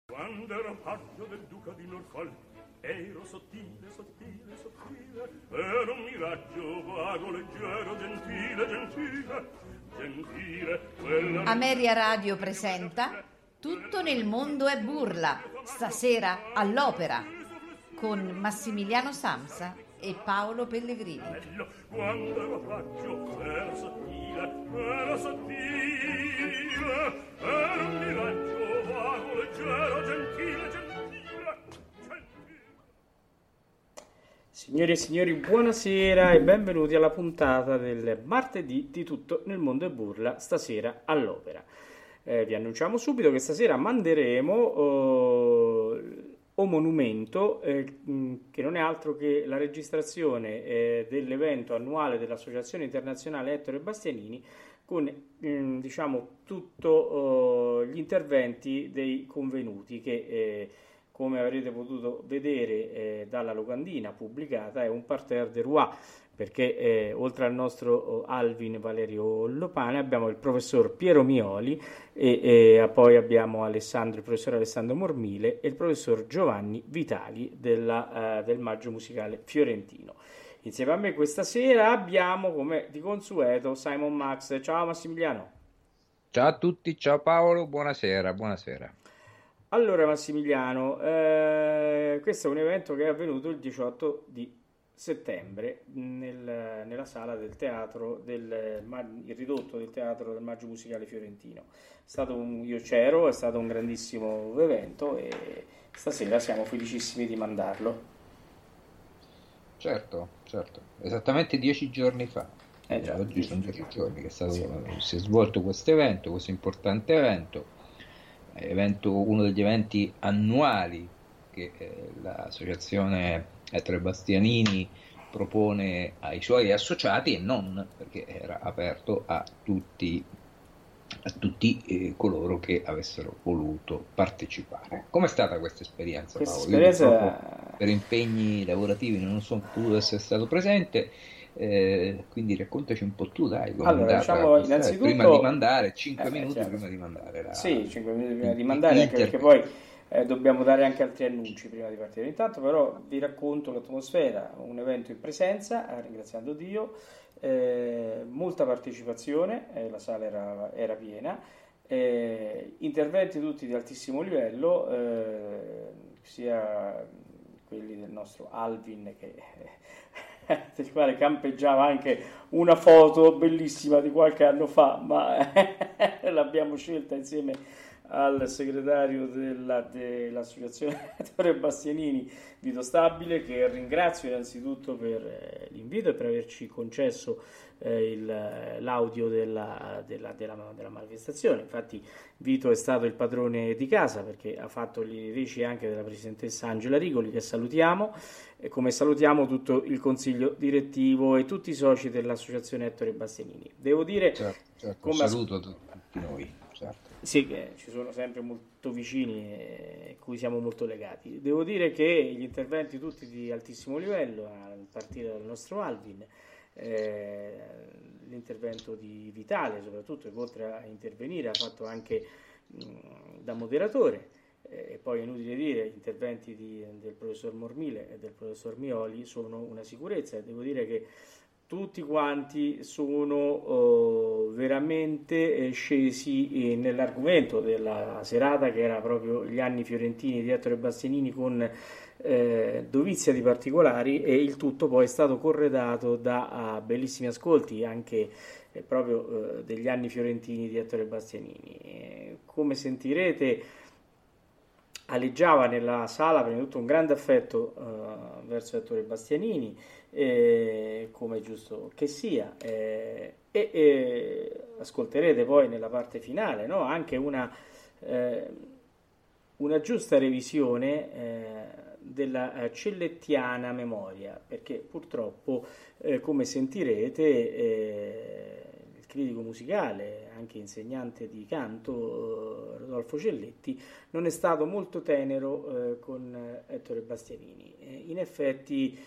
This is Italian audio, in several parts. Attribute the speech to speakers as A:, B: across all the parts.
A: Quando ero paggio del duca di Norfolk, ero sottile, sottile, sottile, ero un miraggio vago, leggero, gentile, gentile, gentile.
B: Ameria Radio presenta Tutto nel mondo è burla, stasera all'Opera, con Massimiliano Samsa e Paolo Pellegrini.
A: Quando ero paggio, ero sottile, ero un miraggio vago, leggero, gentile, gentile, gentile.
C: Signore e signori, buonasera e benvenuti alla puntata del martedì di Tutto nel mondo è burla, stasera all'Opera. Vi annunciamo subito che stasera manderemo O Monumento, che non è altro che la registrazione dell'evento annuale dell'Associazione Internazionale Ettore Bastianini con diciamo tutto gli interventi dei convenuti che come avrete potuto vedere dalla locandina pubblicata è un parterre de roi, perché oltre al nostro Alvin Valerio Lopane abbiamo il professor Piero Mioli e poi abbiamo il professor Alessandro Mormile e il professor Giovanni Vitali del Maggio Musicale Fiorentino. Insieme a me questa sera abbiamo, come di consueto, Simon Max. Ciao Massimiliano.
D: Ciao a tutti, ciao Paolo, buonasera, buonasera.
C: Allora Massimiliano, questo è un evento che è avvenuto il 18 di settembre nella sala del teatro, il ridotto del teatro del Maggio Musicale Fiorentino. Io c'ero, è stato un grandissimo evento e stasera siamo felicissimi di mandarlo.
D: Certo, esattamente 10 giorni fa,
C: Già,
D: oggi sono 10 giorni che
C: sì.
D: Si è svolto questo evento, questo importante evento, uno degli eventi annuali che l'associazione Ettore Bastianini propone ai suoi associati e non, perché era aperto a tutti coloro che avessero voluto partecipare. Com'è stata questa esperienza, Paolo? Io per impegni lavorativi non sono potuto essere stato presente, quindi raccontaci un po' tu, dai, come
C: allora,
D: è andata
C: diciamo, innanzitutto,
D: prima di mandare, 5 minuti
C: certo.
D: prima di mandare
C: Sì, 5 minuti prima di mandare, anche perché poi dobbiamo dare anche altri annunci prima di partire. Intanto però vi racconto l'atmosfera, un evento in presenza, ringraziando Dio, molta partecipazione, la sala era piena, interventi tutti di altissimo livello, sia quelli del nostro Alvin del quale campeggiava anche una foto bellissima di qualche anno fa, ma l'abbiamo scelta insieme al segretario dell'associazione Ettore Bastianini, Vito Stabile, che ringrazio innanzitutto per l'invito e per averci concesso l'audio della manifestazione. Infatti Vito è stato il padrone di casa, perché ha fatto le veci anche della presidentessa Angela Rigoli, che salutiamo, e come salutiamo tutto il consiglio direttivo e tutti i soci dell'associazione Ettore Bastianini. Devo dire,
D: certo, saluto a tutti noi, certo.
C: Sì, che ci sono sempre molto vicini e cui siamo molto legati. Devo dire che gli interventi tutti di altissimo livello, a partire dal nostro Alvin, l'intervento di Vitale soprattutto, che oltre a intervenire ha fatto anche da moderatore, e poi è inutile dire, gli interventi del professor Mormile e del professor Mioli sono una sicurezza, e devo dire che tutti quanti sono veramente scesi nell'argomento della serata, che era proprio gli anni fiorentini di Ettore Bastianini, con dovizia di particolari, e il tutto poi è stato corredato da bellissimi ascolti anche proprio degli anni fiorentini di Ettore Bastianini. Come sentirete, aleggiava nella sala prima di tutto un grande affetto verso Ettore Bastianini, come è giusto che sia, e ascolterete poi nella parte finale, no? Anche una giusta revisione della cellettiana memoria, perché purtroppo, come sentirete, il critico musicale, anche insegnante di canto, Rodolfo Celletti, non è stato molto tenero con Ettore Bastianini. In effetti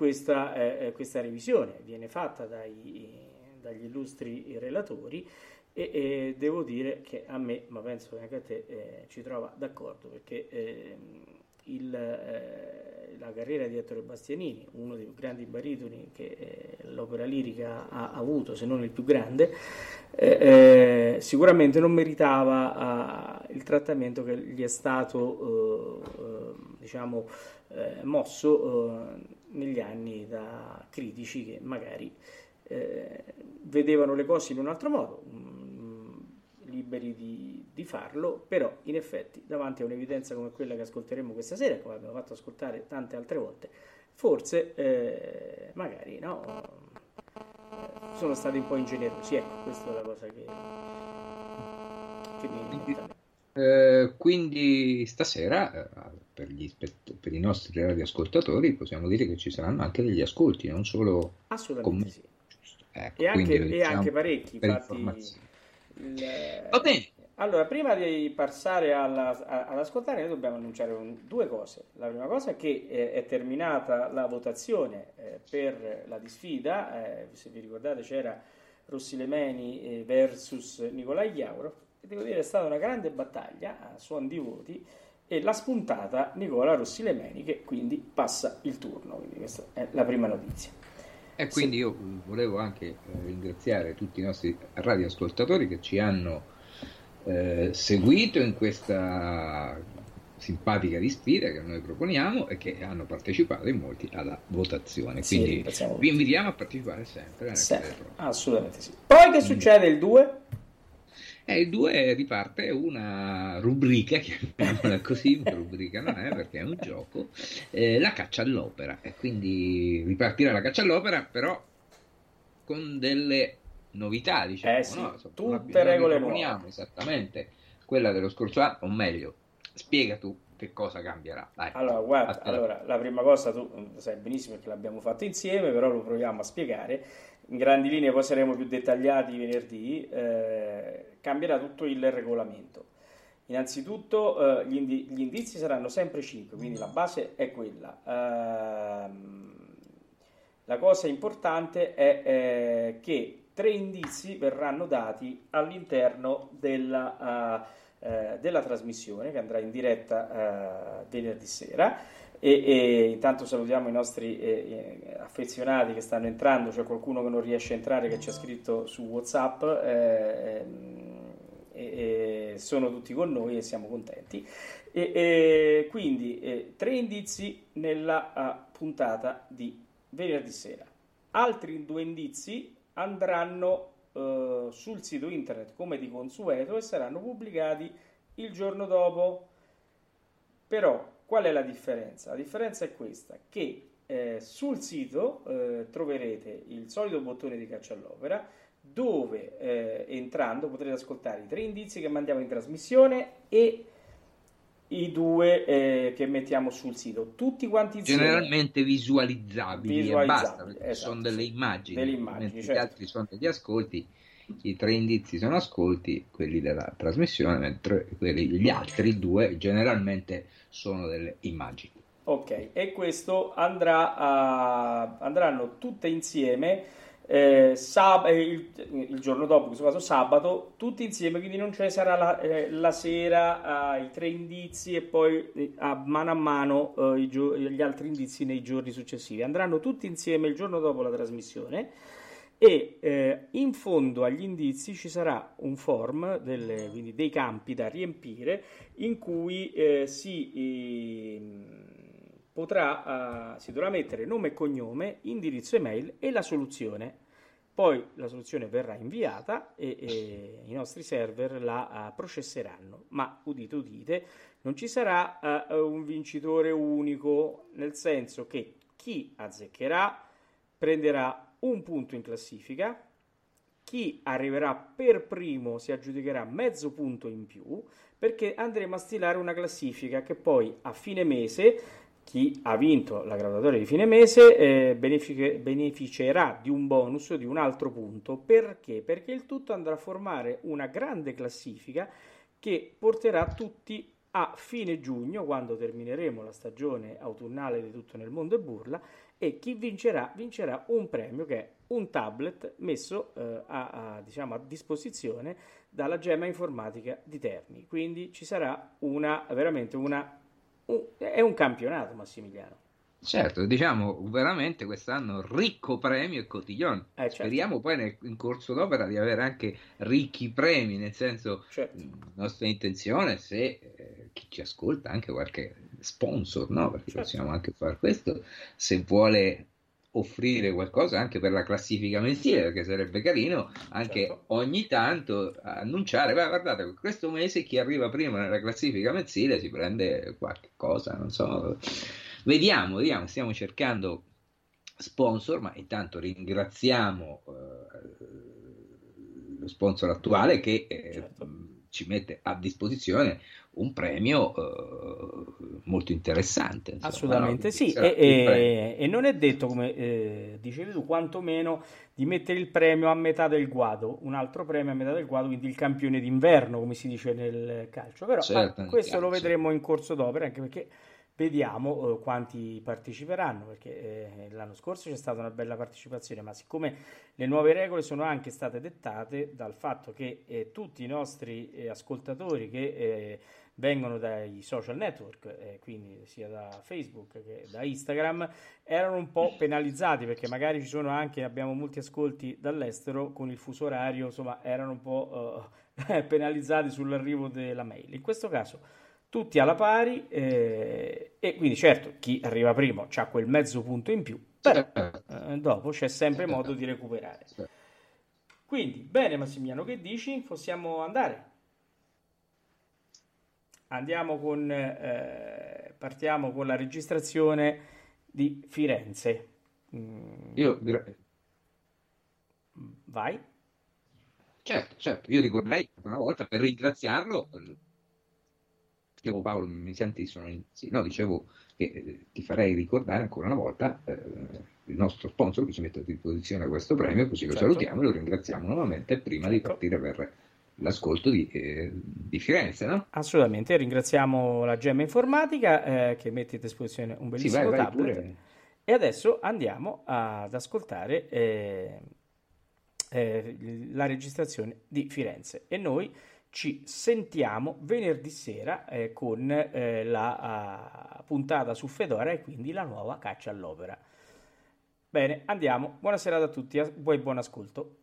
C: questa revisione viene fatta dagli illustri relatori, e devo dire che a me, ma penso che anche a te, ci trova d'accordo, perché la carriera di Ettore Bastianini, uno dei più grandi baritoni che l'opera lirica ha avuto, se non il più grande, sicuramente non meritava il trattamento che gli è stato diciamo mosso negli anni da critici che magari vedevano le cose in un altro modo, liberi di farlo, però in effetti davanti a un'evidenza come quella che ascolteremo questa sera, come abbiamo fatto ascoltare tante altre volte, forse magari no, sono stati un po' ingenerosi. Ecco, questa è la cosa che mi viene a me.
D: Quindi stasera per i nostri radioascoltatori possiamo dire che ci saranno anche degli ascolti, non solo
C: assolutamente sì.
D: Ecco,
C: e anche parecchi, infatti.
D: Va bene.
C: Allora, prima di passare ad ascoltare, noi dobbiamo annunciare due cose. La prima cosa è che è terminata la votazione per la disfida. Se vi ricordate, c'era Rossi Lemeni versus Nicolai Iauro, e devo dire è stata una grande battaglia a suon di voti, e l'ha spuntata Nicola Rossi Lemeni, che quindi passa il turno. Quindi questa è la prima notizia.
D: E quindi io volevo anche ringraziare tutti i nostri radioascoltatori che ci hanno seguito in questa simpatica disfida che noi proponiamo e che hanno partecipato in molti alla votazione. Quindi vi invitiamo a partecipare sempre.
C: Assolutamente sì. Poi che succede il 2?
D: Il 2 riparte una rubrica, chiamiamola così, una rubrica non è perché è un gioco, la caccia all'opera, e quindi ripartirà la caccia all'opera, però con delle novità, diciamo,
C: sì,
D: no?
C: tutte regole nuove.
D: Esattamente quella dello scorso anno, o meglio, spiega tu che cosa cambierà. Dai,
C: allora, guarda, la prima cosa, tu sai benissimo che l'abbiamo fatto insieme, però lo proviamo a spiegare. In grandi linee, poi saremo più dettagliati venerdì. Cambierà tutto il regolamento. Innanzitutto gli indizi saranno sempre 5, quindi la base è quella. La cosa importante è che 3 indizi verranno dati all'interno della trasmissione che andrà in diretta venerdì sera. E intanto salutiamo i nostri affezionati che stanno entrando. C'è qualcuno che non riesce a entrare, che ci ha scritto su WhatsApp, e sono tutti con noi e siamo contenti. Quindi 3 indizi nella puntata di venerdì sera. Altri 2 indizi andranno sul sito internet come di consueto e saranno pubblicati il giorno dopo. Però qual è la differenza? La differenza è questa, che sul sito troverete il solito bottone di caccia all'opera, dove entrando potrete ascoltare i 3 indizi che mandiamo in trasmissione e i 2 che mettiamo sul sito, tutti quanti insieme.
D: Generalmente visualizzabili e basta, perché
C: esatto,
D: sono delle immagini,
C: mentre
D: certo. Gli altri sono degli ascolti. I 3 indizi sono ascolti, quelli della trasmissione, mentre gli altri 2 generalmente sono delle immagini.
C: Ok, e questo andranno tutte insieme il giorno dopo, in questo caso sabato, tutti insieme, quindi non ci sarà la sera i 3 indizi e poi a mano gli altri indizi nei giorni successivi. Andranno tutti insieme il giorno dopo la trasmissione. E in fondo agli indizi ci sarà un form, quindi dei campi da riempire, in cui si dovrà mettere nome e cognome, indirizzo email e la soluzione. Poi la soluzione verrà inviata e i nostri server la processeranno. Ma udite udite, non ci sarà un vincitore unico, nel senso che chi azzeccherà prenderà un punto in classifica, chi arriverà per primo si aggiudicherà mezzo punto in più, perché andremo a stilare una classifica che poi a fine mese chi ha vinto la graduatoria di fine mese beneficerà di un bonus di un altro punto. Perché? Perché il tutto andrà a formare una grande classifica che porterà tutti a fine giugno, quando termineremo la stagione autunnale di Tutto nel mondo e burla, e chi vincerà un premio che è un tablet messo diciamo, a disposizione dalla Gemma Informatica di Terni. Quindi ci sarà è un campionato, Massimiliano.
D: Certo, diciamo veramente quest'anno ricco premio e cotillon.
C: Certo.
D: Speriamo poi in corso d'opera di avere anche ricchi premi, nel senso,
C: certo.
D: Nostra intenzione, se chi ci ascolta, anche qualche sponsor, no? Perché
C: certo.
D: possiamo anche fare questo, se vuole offrire qualcosa anche per la classifica mensile, perché sarebbe carino anche
C: certo.
D: ogni tanto annunciare, guardate, questo mese chi arriva prima nella classifica mensile si prende qualche cosa, non so. Vediamo, stiamo cercando sponsor, ma intanto ringraziamo lo sponsor attuale che
C: certo.
D: ci mette a disposizione un premio molto interessante. Insomma,
C: assolutamente,
D: no?
C: Sì, e non è detto, come dicevi tu, quantomeno di mettere il premio a metà del guado, un altro premio a metà del guado, quindi il campione d'inverno, come si dice nel calcio. Però
D: certo,
C: questo lo vedremo in corso d'opera, anche perché vediamo quanti parteciperanno, perché l'anno scorso c'è stata una bella partecipazione, ma siccome le nuove regole sono anche state dettate dal fatto che tutti i nostri ascoltatori che vengono dai social network, quindi sia da Facebook che da Instagram, erano un po' penalizzati, perché magari abbiamo molti ascolti dall'estero con il fuso orario, insomma erano un po' penalizzati sull'arrivo della mail. In questo caso tutti alla pari, e quindi certo chi arriva primo ha quel mezzo punto in più, però dopo c'è sempre modo di recuperare. Quindi, bene Massimiliano, che dici? Possiamo andare? Partiamo con la registrazione di Firenze. Vai.
D: Certo, io ricorderei una volta per ringraziarlo. Paolo, mi senti? Sì, no, dicevo che ti farei ricordare ancora una volta il nostro sponsor che ci mette a disposizione questo premio, così lo salutiamo e lo ringraziamo nuovamente prima di partire per l'ascolto di Firenze, no?
C: Assolutamente, ringraziamo la Gemma Informatica che mette a disposizione un bellissimo tablet. Pure. E adesso andiamo ad ascoltare la registrazione di Firenze, e noi ci sentiamo venerdì sera con la puntata su Fedora e quindi la nuova caccia all'opera. Bene, andiamo. Buona serata a tutti, buon ascolto.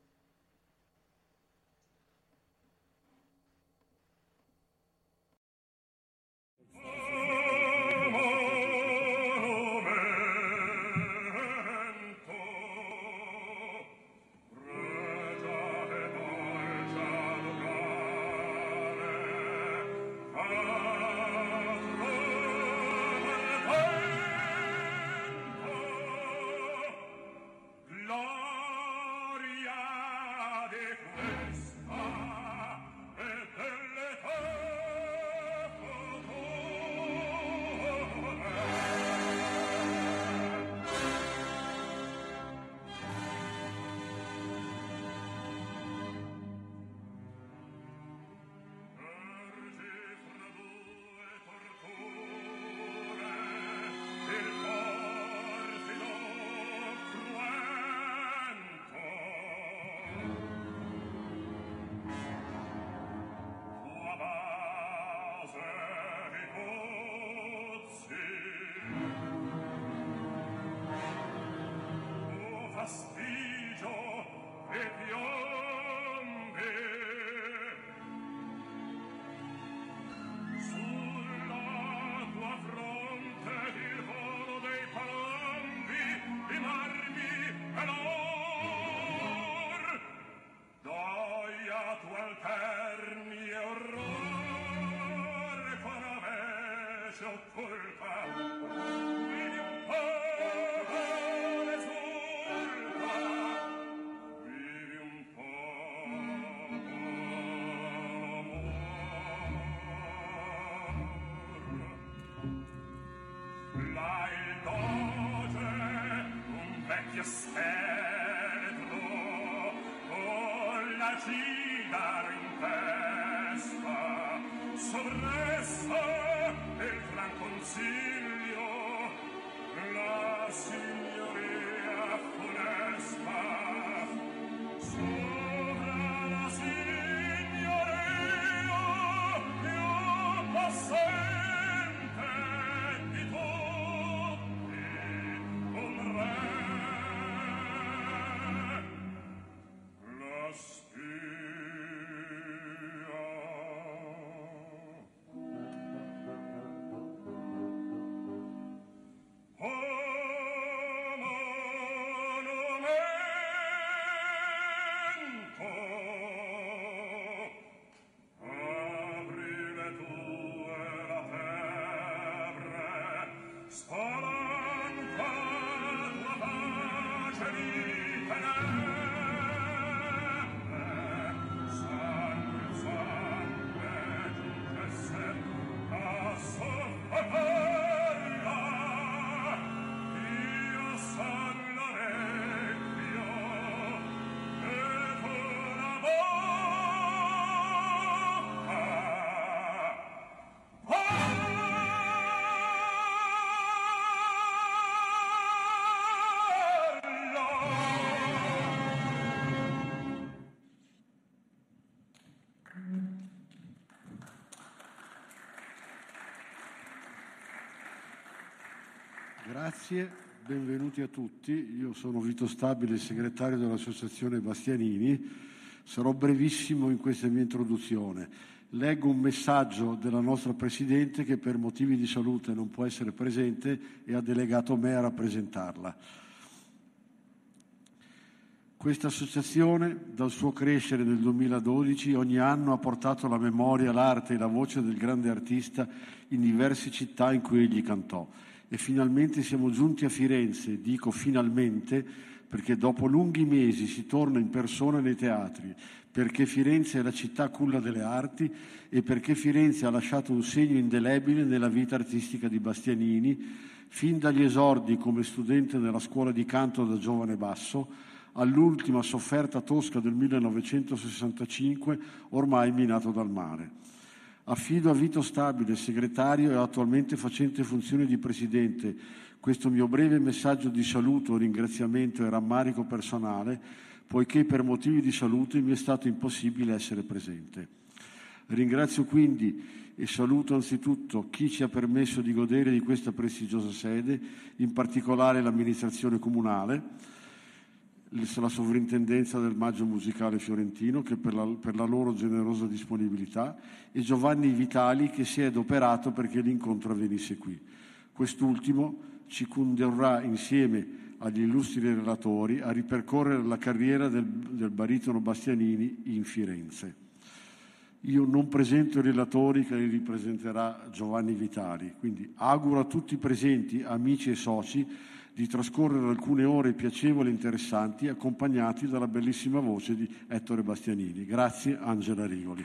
A: Cidar in testa, sovressa
E: Grazie, benvenuti a tutti. Io sono Vito Stabile, segretario dell'Associazione Bastianini. Sarò brevissimo in questa mia introduzione. Leggo un messaggio della nostra Presidente che per motivi di salute non può essere presente e ha delegato me a rappresentarla. Questa associazione, dal suo crescere nel 2012, ogni anno ha portato la memoria, l'arte e la voce del grande artista in diverse città in cui egli cantò. E finalmente siamo giunti a Firenze, dico finalmente, perché dopo lunghi mesi si torna in persona nei teatri, perché Firenze è la città culla delle arti e perché Firenze ha lasciato un segno indelebile nella vita artistica di Bastianini, fin dagli esordi come studente nella scuola di canto da giovane basso, all'ultima sofferta tosca del 1965, ormai minato dal mare. Affido a Vito Stabile, segretario e attualmente facente funzione di presidente, questo mio breve messaggio di saluto, ringraziamento e rammarico personale, poiché per motivi di salute mi è stato impossibile essere presente. Ringrazio quindi e saluto anzitutto chi ci ha permesso di godere di questa prestigiosa sede, in particolare l'amministrazione comunale, la sovrintendenza del Maggio Musicale Fiorentino che per la loro generosa disponibilità e Giovanni Vitali che si è adoperato perché l'incontro avvenisse qui. Quest'ultimo ci condurrà insieme agli illustri relatori a ripercorrere la carriera del baritono Bastianini in Firenze. Io non presento i relatori che li ripresenterà Giovanni Vitali, quindi auguro a tutti i presenti, amici e soci, di trascorrere alcune ore piacevoli e interessanti accompagnati dalla bellissima voce di Ettore Bastianini. Grazie, Angela Rigoli.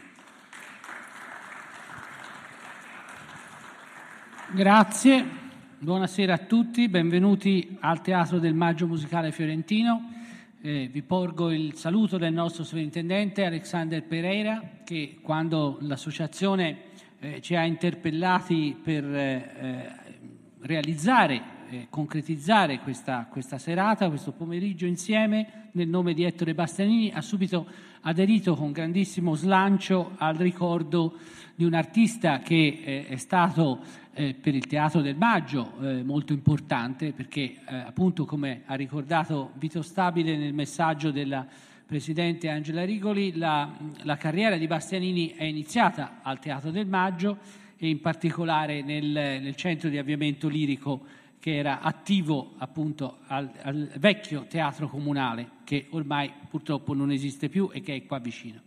F: Grazie, buonasera a tutti, benvenuti al Teatro del Maggio Musicale Fiorentino. Vi porgo il saluto del nostro sovrintendente Alexander Pereira che quando l'associazione ci ha interpellati per realizzare concretizzare questa serata, questo pomeriggio insieme nel nome di Ettore Bastianini, ha subito aderito con grandissimo slancio al ricordo di un artista che è stato per il Teatro del Maggio molto importante perché appunto come ha ricordato Vito Stabile nel messaggio della Presidente Angela Rigoli, la carriera di Bastianini è iniziata al Teatro del Maggio e in particolare nel centro di avviamento lirico che era attivo appunto al vecchio teatro comunale che ormai purtroppo non esiste più e che è qua vicino.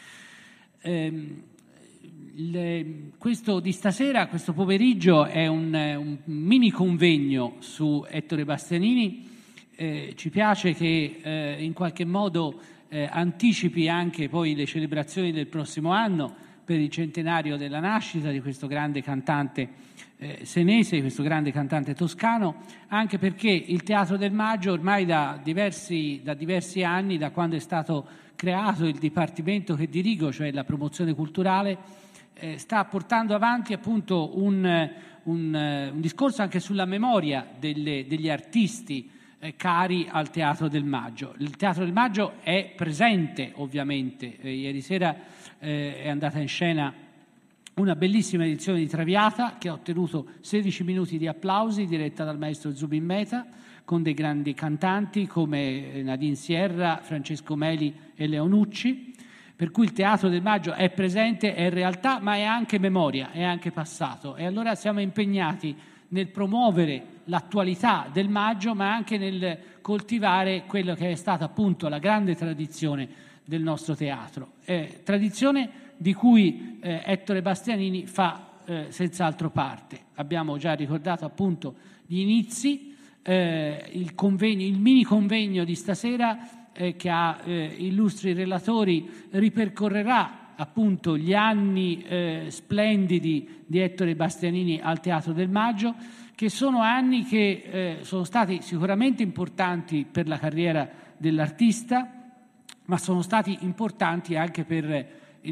F: Questo di stasera, questo pomeriggio, è un mini convegno su Ettore Bastianini. Ci piace che in qualche modo anticipi anche poi le celebrazioni del prossimo anno per il centenario della nascita di questo grande cantante senese, questo grande cantante toscano, anche perché il Teatro del Maggio ormai da diversi anni, da quando è stato creato il dipartimento che dirigo, cioè la promozione culturale, sta portando avanti appunto un discorso anche sulla memoria degli artisti cari al Teatro del Maggio. Il Teatro del Maggio è presente ovviamente, ieri sera è andata in scena una bellissima edizione di Traviata che ha ottenuto 16 minuti di applausi diretta dal maestro Zubin Mehta con dei grandi cantanti come Nadine Sierra, Francesco Meli e Leonucci, per cui il Teatro del Maggio è presente, è realtà ma è anche memoria, è anche passato e allora siamo impegnati nel promuovere l'attualità del Maggio ma anche nel coltivare quello che è stata appunto la grande tradizione del nostro teatro, tradizione di cui Ettore Bastianini fa senz'altro parte. Abbiamo già ricordato appunto gli inizi, il mini convegno di stasera che ha illustri relatori ripercorrerà appunto gli anni splendidi di Ettore Bastianini al Teatro del Maggio, che sono anni che sono stati sicuramente importanti per la carriera dell'artista, ma sono stati importanti anche per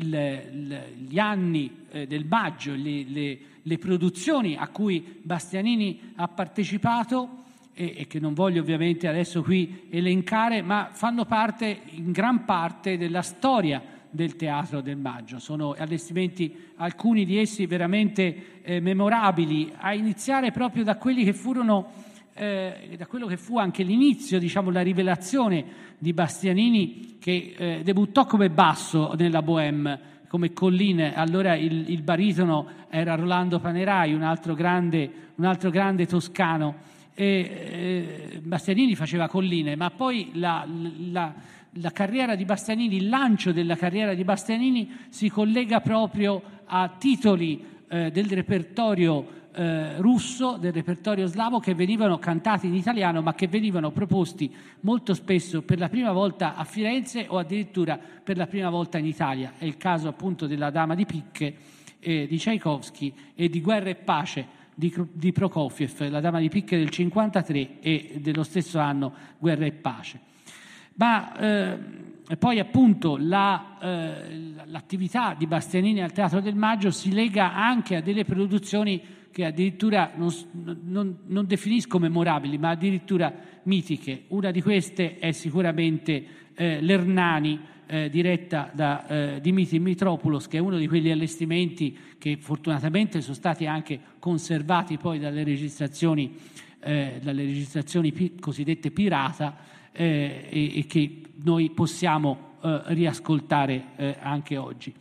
F: gli anni del Maggio, le produzioni a cui Bastianini ha partecipato e che non voglio ovviamente adesso qui elencare, ma fanno parte in gran parte della storia del Teatro del Maggio. Sono allestimenti, alcuni di essi veramente memorabili, a iniziare proprio da quelli che furono da quello che fu anche l'inizio, diciamo, la rivelazione di Bastianini, che debuttò come basso nella Bohème, come colline. Allora il baritono era Rolando Panerai, un altro grande toscano. Bastianini faceva colline, ma poi la carriera di Bastianini, il lancio della carriera di Bastianini si collega proprio a titoli del repertorio russo, del repertorio slavo, che venivano cantati in italiano ma che venivano proposti molto spesso per la prima volta a Firenze o addirittura per la prima volta in Italia. È il caso appunto della Dama di Picche di Tchaikovsky e di Guerra e Pace di Prokofiev, la Dama di Picche del 1953 e dello stesso anno Guerra e Pace. Ma poi appunto l'attività di Bastianini al Teatro del Maggio si lega anche a delle produzioni che addirittura non definisco memorabili, ma addirittura mitiche. Una di queste è sicuramente l'Ernani, diretta da Dimitri Mitropoulos, che è uno di quegli allestimenti che fortunatamente sono stati anche conservati poi dalle registrazioni cosiddette pirata, e che noi possiamo riascoltare anche oggi.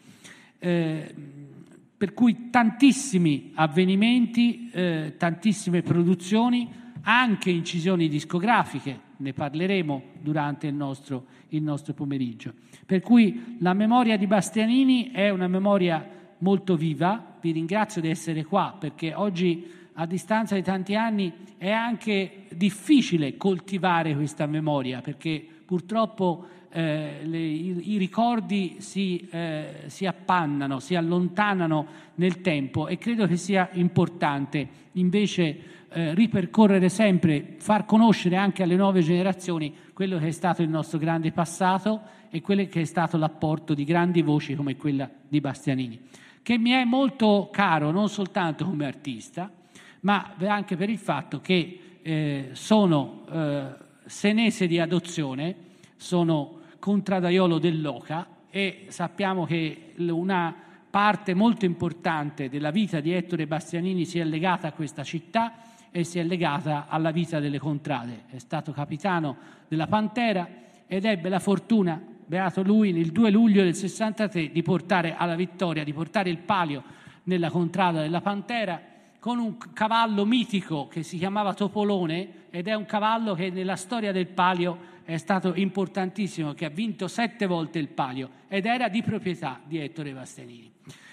F: Per cui tantissimi avvenimenti, tantissime produzioni, anche incisioni discografiche, ne parleremo durante il nostro pomeriggio. Per cui la memoria di Bastianini è una memoria molto viva. Vi ringrazio di essere qua, perché oggi, a distanza di tanti anni, è anche difficile coltivare questa memoria, perché purtroppo i ricordi si appannano, si allontanano nel tempo, e credo che sia importante invece ripercorrere sempre, far conoscere anche alle nuove generazioni quello che è stato il nostro grande passato e quello che è stato l'apporto di grandi voci come quella di Bastianini, che mi è molto caro non soltanto come artista, ma anche per il fatto che sono senese di adozione, sono contradaiolo dell'Oca, e sappiamo che una parte molto importante della vita di Ettore Bastianini si è legata a questa città e si è legata alla vita delle contrade. È stato capitano della Pantera ed ebbe la fortuna, beato lui, il 2 luglio del 63 di portare alla vittoria, di portare il palio nella contrada della Pantera con un cavallo mitico che si chiamava Topolone, ed è un cavallo che nella storia del palio è stato importantissimo, che ha vinto 7 volte il palio ed era di proprietà di Ettore Bastianini.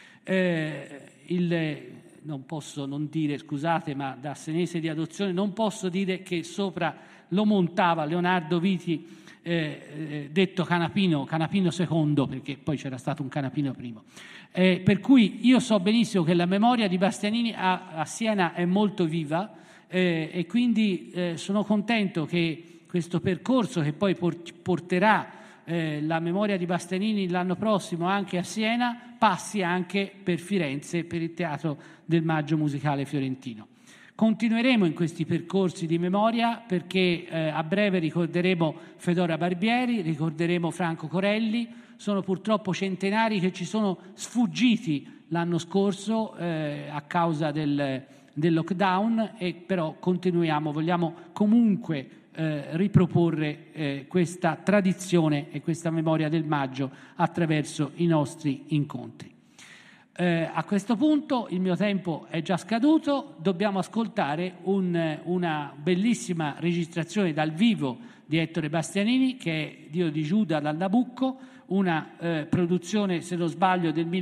F: Non posso non dire, scusate, ma da senese di adozione non posso dire che sopra lo montava Leonardo Viti, detto Canapino II, perché poi c'era stato un Canapino primo. Per cui io so benissimo che la memoria di Bastianini a Siena è molto viva, e quindi sono contento che questo percorso, che poi porterà la memoria di Bastianini l'anno prossimo anche a Siena, passi anche per Firenze, per il Teatro del Maggio Musicale Fiorentino. Continueremo in questi percorsi di memoria, perché a breve ricorderemo Fedora Barbieri, ricorderemo Franco Corelli. Sono purtroppo centenari che ci sono sfuggiti l'anno scorso a causa del lockdown, e però continuiamo, vogliamo comunque riproporre questa tradizione e questa memoria del maggio attraverso i nostri incontri. A questo punto il mio tempo è già scaduto, dobbiamo ascoltare una bellissima registrazione dal vivo di Ettore Bastianini, che è Dio di Giuda dal Nabucco, una produzione, se non sbaglio, del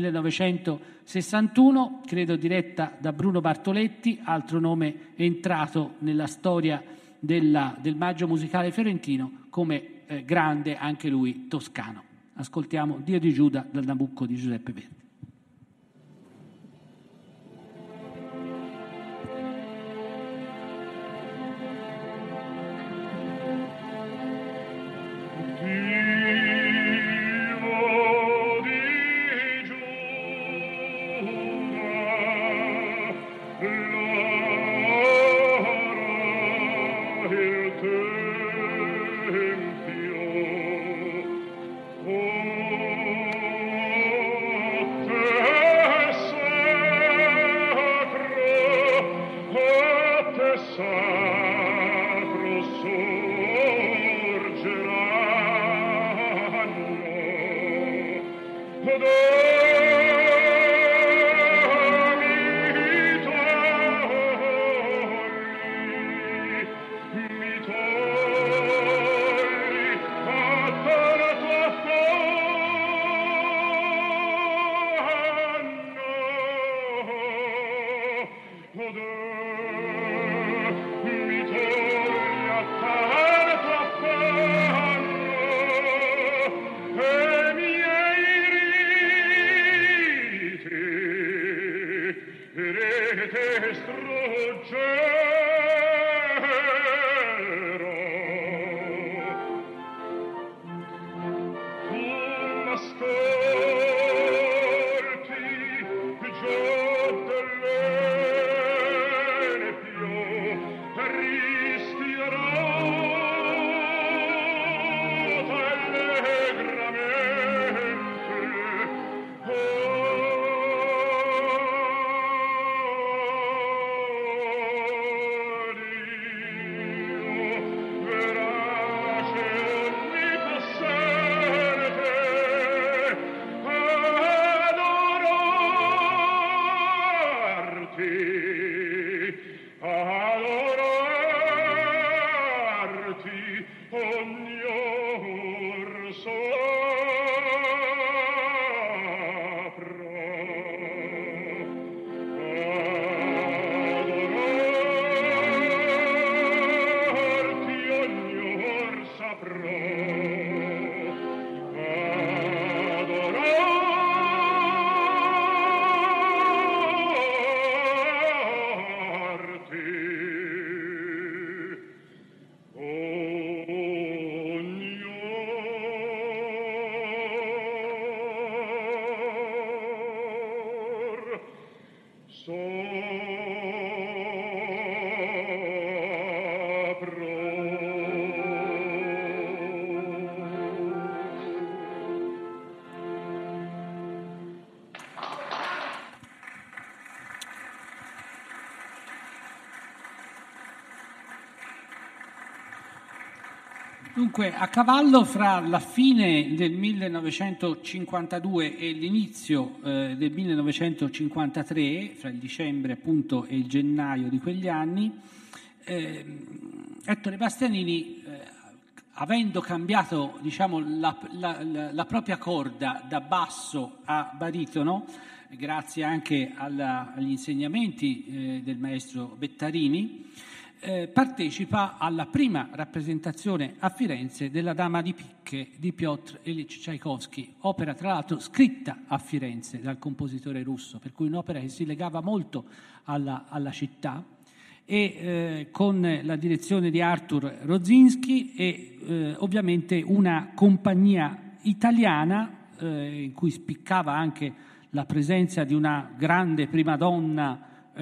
F: 1961, credo diretta da Bruno Bartoletti, altro nome entrato nella storia del Maggio musicale fiorentino come grande anche lui toscano. Ascoltiamo Dio di Giuda dal Nabucco di Giuseppe Verdi. Dunque, a cavallo fra la fine del 1952 e l'inizio del 1953, fra il dicembre appunto e il gennaio di quegli anni, Ettore Bastianini, avendo cambiato diciamo, la propria corda da basso a baritono, grazie anche agli insegnamenti del maestro Bettarini, partecipa alla prima rappresentazione a Firenze della Dama di Picche di Piotr Ilyich Tchaikovsky, opera tra l'altro scritta a Firenze dal compositore russo, per cui un'opera che si legava molto alla città, e con la direzione di Artur Rozinski e ovviamente una compagnia italiana in cui spiccava anche la presenza di una grande prima donna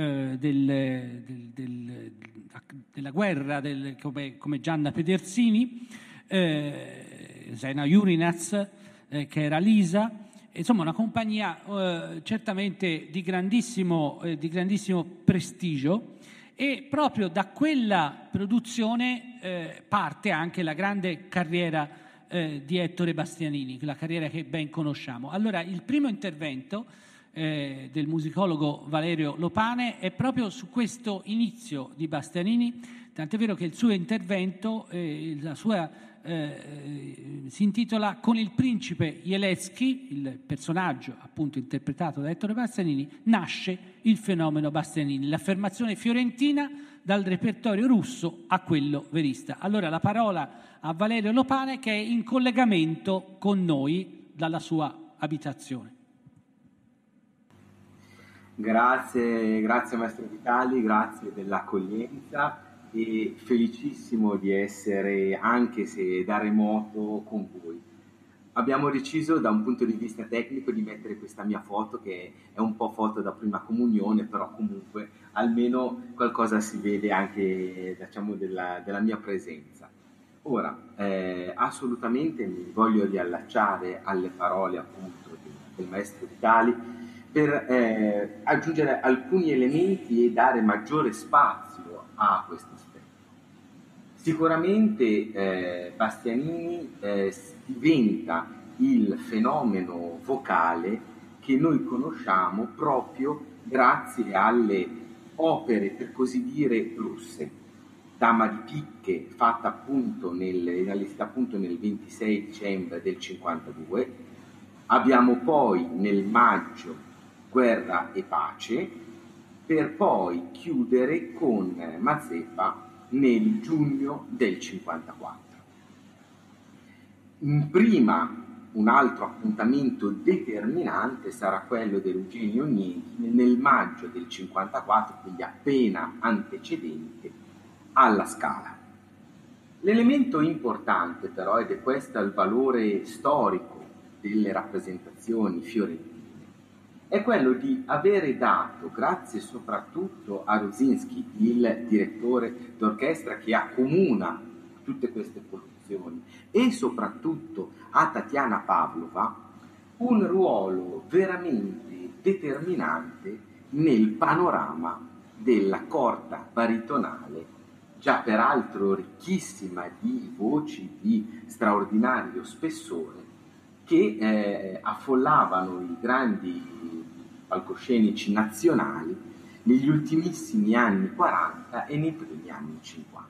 F: della guerra come Gianna Pedersini, Zena Jurinaz, che era Lisa, insomma una compagnia certamente di grandissimo prestigio, e proprio da quella produzione parte anche la grande carriera di Ettore Bastianini, la carriera che ben conosciamo. Allora, il primo intervento del musicologo Valerio Lopane è proprio su questo inizio di Bastianini, tant'è vero che il suo intervento, la sua si intitola Con il principe Jelensky, il personaggio appunto interpretato da Ettore Bastianini, nasce il fenomeno Bastianini, l'affermazione fiorentina dal repertorio russo a quello verista. Allora la parola a Valerio Lopane, che è in collegamento con noi dalla sua abitazione.
G: Grazie maestro Vitali, grazie dell'accoglienza e felicissimo di essere, anche se da remoto, con voi. Abbiamo deciso da un punto di vista tecnico di mettere questa mia foto, che è un po' foto da prima comunione, però comunque almeno qualcosa si vede anche, diciamo, della mia presenza. Ora, assolutamente mi voglio riallacciare alle parole appunto del maestro Vitali per aggiungere alcuni elementi e dare maggiore spazio a questo aspetto. Sicuramente Bastianini diventa il fenomeno vocale che noi conosciamo proprio grazie alle opere, per così dire, russe. Dama di picche, fatta appunto realizzata appunto nel 26 dicembre del 52. Abbiamo poi nel maggio Guerra e pace, per poi chiudere con Mazeppa nel giugno del 54. Prima un altro appuntamento determinante sarà quello dell'Eugenio Oneghi nel maggio del 54, quindi appena antecedente alla Scala. L'elemento importante però, ed è questo il valore storico delle rappresentazioni fiorentine, è quello di avere dato, grazie soprattutto a Rusinski, il direttore d'orchestra che accomuna tutte queste produzioni, e soprattutto a Tatiana Pavlova, un ruolo veramente determinante nel panorama della corda baritonale, già peraltro ricchissima di voci di straordinario spessore, che affollavano i grandi palcoscenici nazionali negli ultimissimi anni 40 e nei primi anni 50.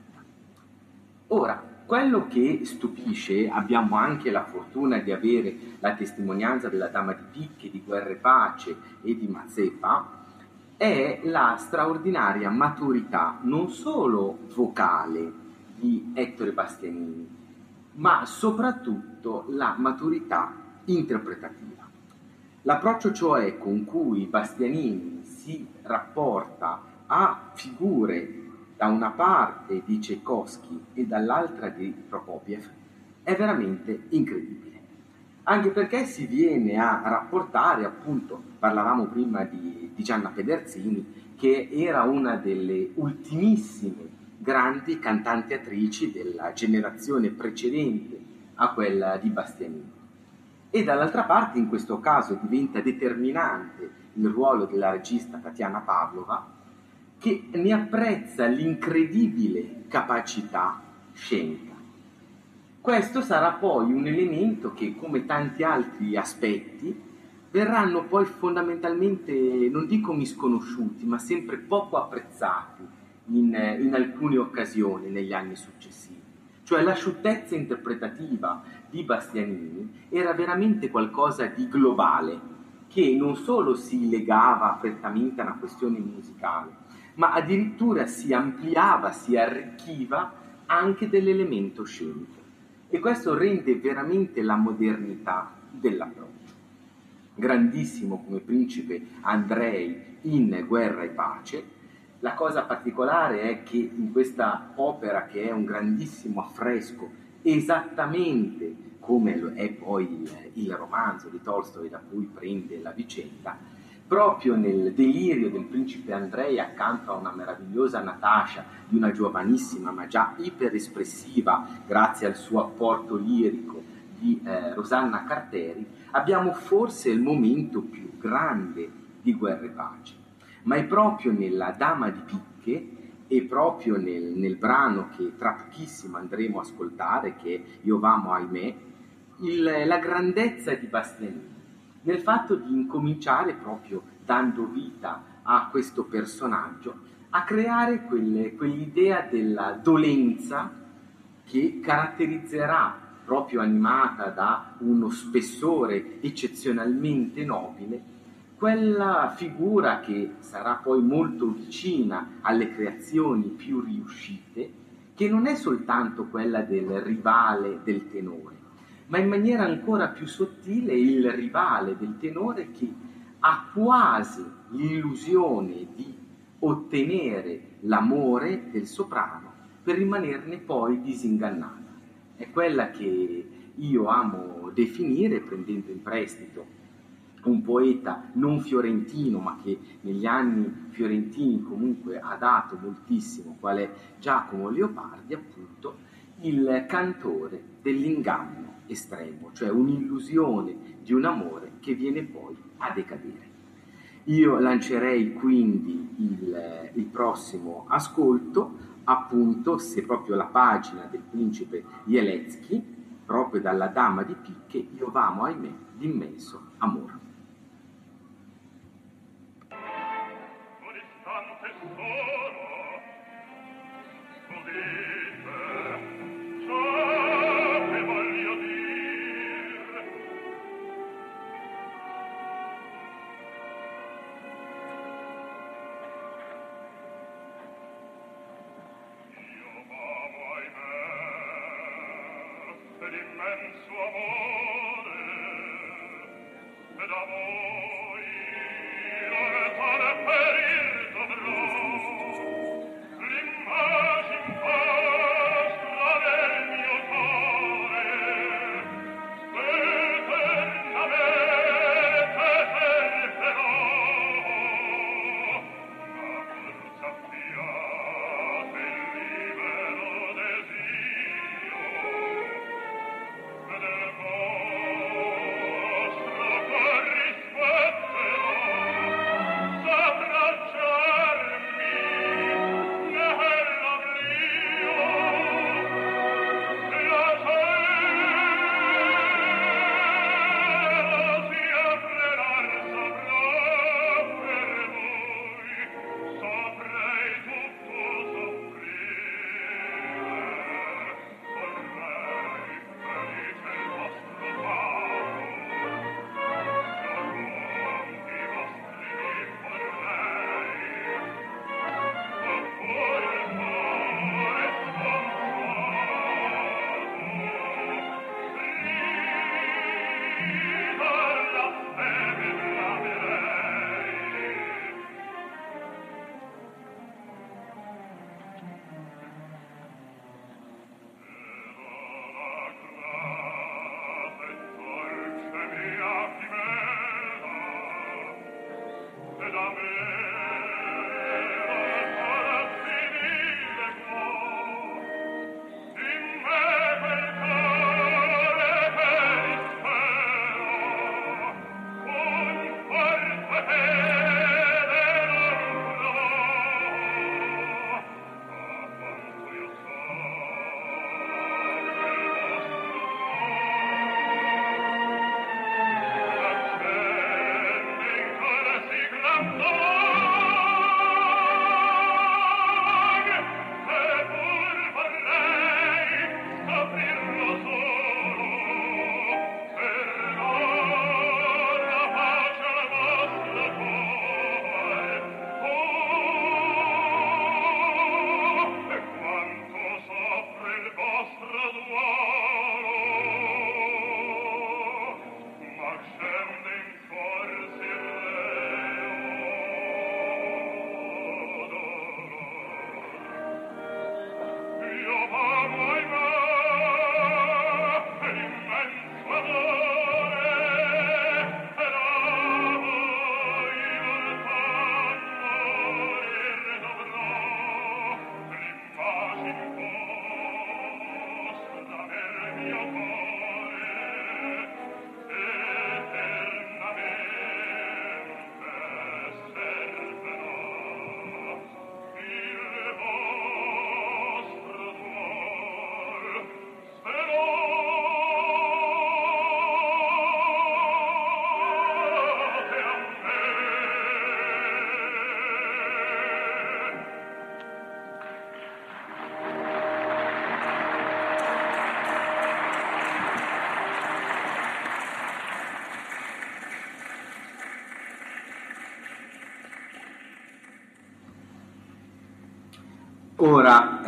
G: Ora, quello che stupisce, abbiamo anche la fortuna di avere la testimonianza della Dama di picche, di Guerra e pace e di Mazeppa, è la straordinaria maturità non solo vocale di Ettore Bastianini, ma soprattutto la maturità interpretativa. L'approccio cioè con cui Bastianini si rapporta a figure da una parte di Tchaikovsky e dall'altra di Prokofiev è veramente incredibile. Anche perché si viene a rapportare, appunto, parlavamo prima di Gianna Pederzini, che era una delle ultimissime grandi cantanti attrici della generazione precedente a quella di Bastianini. E dall'altra parte, in questo caso, diventa determinante il ruolo della regista Tatiana Pavlova, che ne apprezza l'incredibile capacità scenica. Questo sarà poi un elemento che, come tanti altri aspetti, verranno poi fondamentalmente, non dico misconosciuti, ma sempre poco apprezzati in alcune occasioni negli anni successivi. Cioè l'asciuttezza interpretativa di Bastianini era veramente qualcosa di globale, che non solo si legava prettamente a una questione musicale, ma addirittura si ampliava, si arricchiva anche dell'elemento scenico. E questo rende veramente la modernità dell'approccio. Grandissimo come principe Andrei in Guerra e pace. La cosa particolare è che in questa opera, che è un grandissimo affresco, esattamente come è poi il romanzo di Tolstoi da cui prende la vicenda, proprio nel delirio del principe Andrei, accanto a una meravigliosa Natascia di una giovanissima ma già iperespressiva grazie al suo apporto lirico di Rosanna Carteri, abbiamo forse il momento più grande di Guerra e pace. Ma è proprio nella Dama di picche e proprio nel brano che tra pochissimo andremo a ascoltare, che Io v'amo ahimè, la grandezza di Bastianini, nel fatto di incominciare proprio dando vita a questo personaggio, a creare quell'idea della dolenza che caratterizzerà, proprio animata da uno spessore eccezionalmente nobile, quella figura che sarà poi molto vicina alle creazioni più riuscite, che non è soltanto quella del rivale del tenore, ma in maniera ancora più sottile il rivale del tenore che ha quasi l'illusione di ottenere l'amore del soprano per rimanerne poi disingannata. È quella che io amo definire, prendendo in prestito un poeta non fiorentino, ma che negli anni fiorentini comunque ha dato moltissimo, qual è Giacomo Leopardi, appunto, il cantore dell'inganno estremo, cioè un'illusione di un amore che viene poi a decadere. Io lancerei quindi il prossimo ascolto, appunto, se proprio la pagina del principe Jelensky, proprio dalla Dama di Picche, io vamo, ahimè, d'immenso amore.
A: Rispetto
G: Ora,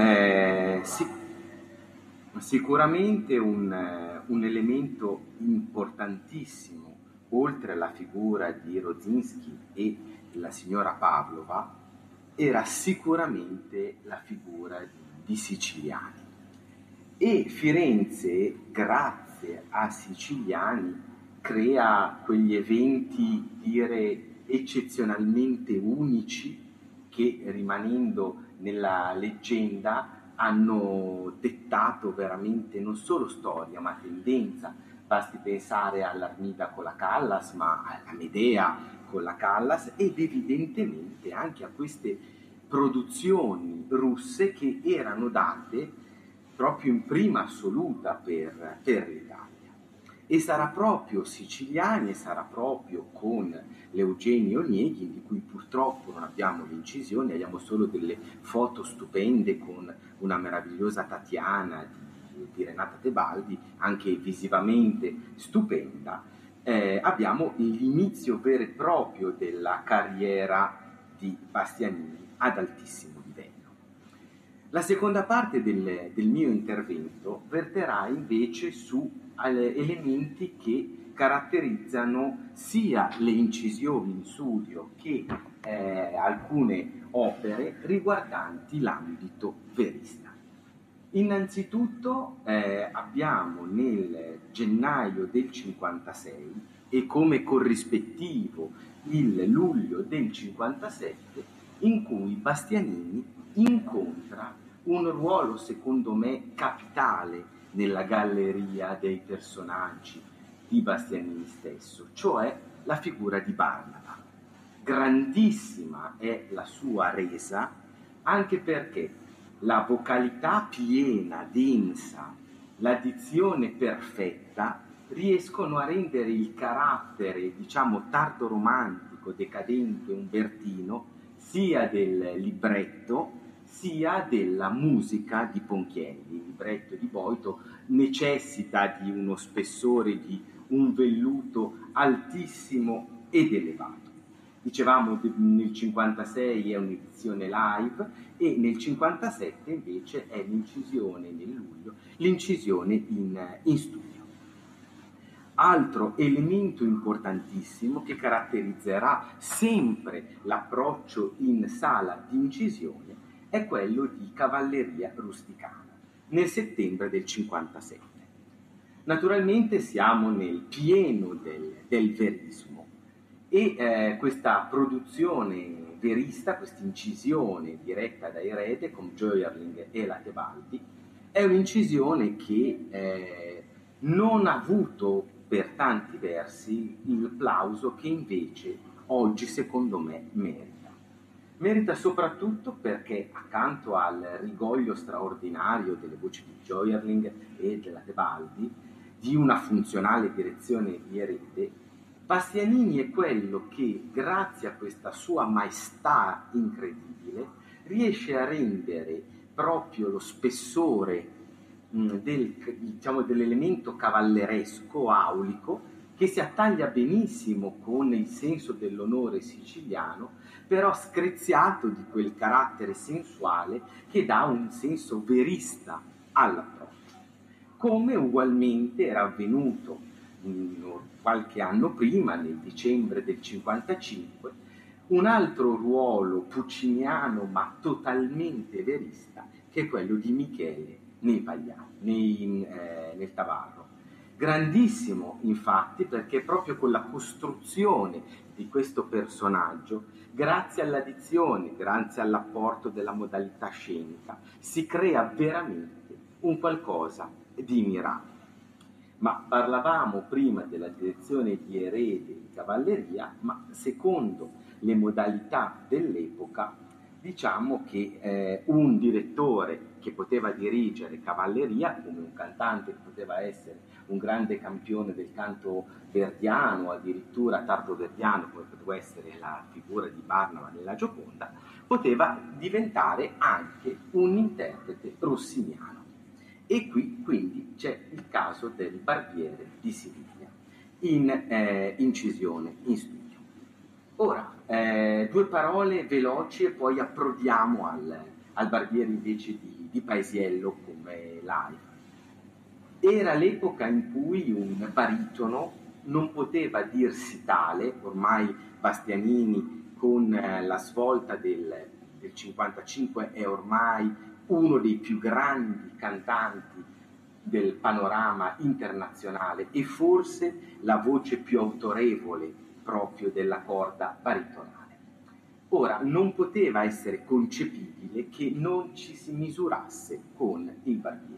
G: sicuramente un elemento importantissimo, oltre alla figura di Rodzinski e la signora Pavlova, era sicuramente la figura di Siciliani. E Firenze, grazie a Siciliani, crea quegli eventi, dire, eccezionalmente unici che, rimanendo nella leggenda, hanno dettato veramente non solo storia ma tendenza. Basti pensare all'Armida con la Callas, ma alla Medea con la Callas, ed evidentemente anche a queste produzioni russe che erano date proprio in prima assoluta per l'Italia. E sarà proprio Siciliani, e sarà proprio con l'Eugenio Oneghin, di cui purtroppo non abbiamo le incisioni, abbiamo solo delle foto stupende con una meravigliosa Tatiana di Renata Tebaldi, anche visivamente stupenda. Abbiamo l'inizio vero e proprio della carriera di Bastianini ad altissimo livello. La seconda parte del mio intervento verterà invece su elementi che caratterizzano sia le incisioni in studio che alcune opere riguardanti l'ambito verista. Innanzitutto abbiamo nel gennaio del 56 e come corrispettivo il luglio del 57, in cui Bastianini incontra un ruolo secondo me capitale nella galleria dei personaggi di Bastianini stesso, cioè la figura di Barnaba. Grandissima è la sua resa, anche perché la vocalità piena, densa, la dizione perfetta riescono a rendere il carattere, diciamo, tardo-romantico, decadente, umbertino, sia del libretto sia della musica di Ponchielli. Il libretto di Boito necessita di uno spessore, di un velluto altissimo ed elevato. Dicevamo nel 56 è un'edizione live e nel 57 invece è l'incisione nel luglio, l'incisione in studio. Altro elemento importantissimo che caratterizzerà sempre l'approccio in sala di incisione è quello di Cavalleria rusticana, nel settembre del 57. Naturalmente siamo nel pieno del verismo e questa produzione verista, questa incisione diretta da Erede con Gioierling e la Tebaldi, è un'incisione che non ha avuto per tanti versi il plauso che invece oggi secondo me merita. Merita soprattutto perché accanto al rigoglio straordinario delle voci di Gioierling e della Tebaldi, di una funzionale direzione di Erede, Bastianini è quello che, grazie a questa sua maestà incredibile, riesce a rendere proprio lo spessore dell'elemento cavalleresco, aulico, che si attaglia benissimo con il senso dell'onore siciliano, però screziato di quel carattere sensuale che dà un senso verista all'approccio. Come ugualmente era avvenuto qualche anno prima, nel dicembre del 55, un altro ruolo pucciniano ma totalmente verista, che è quello di Michele nel Tavarro. Grandissimo infatti perché proprio con la costruzione di questo personaggio, grazie all'addizione, grazie all'apporto della modalità scenica, si crea veramente un qualcosa di mirabile. Ma parlavamo prima della direzione di Erede di Cavalleria, ma secondo le modalità dell'epoca, diciamo che un direttore che poteva dirigere Cavalleria, come un cantante che poteva essere un grande campione del canto verdiano, addirittura tardo-verdiano, come poteva essere la figura di Barnaba nella Gioconda, poteva diventare anche un interprete rossiniano. E qui quindi c'è il caso del Barbiere di Siviglia, in incisione, in studio. Ora, due parole veloci e poi approdiamo al Barbiere invece di Paesiello come live. Era l'epoca in cui un baritono non poteva dirsi tale, ormai Bastianini con la svolta del 55 è ormai uno dei più grandi cantanti del panorama internazionale e forse la voce più autorevole proprio della corda baritonale. Ora, non poteva essere concepibile che non ci si misurasse con il Barbiere.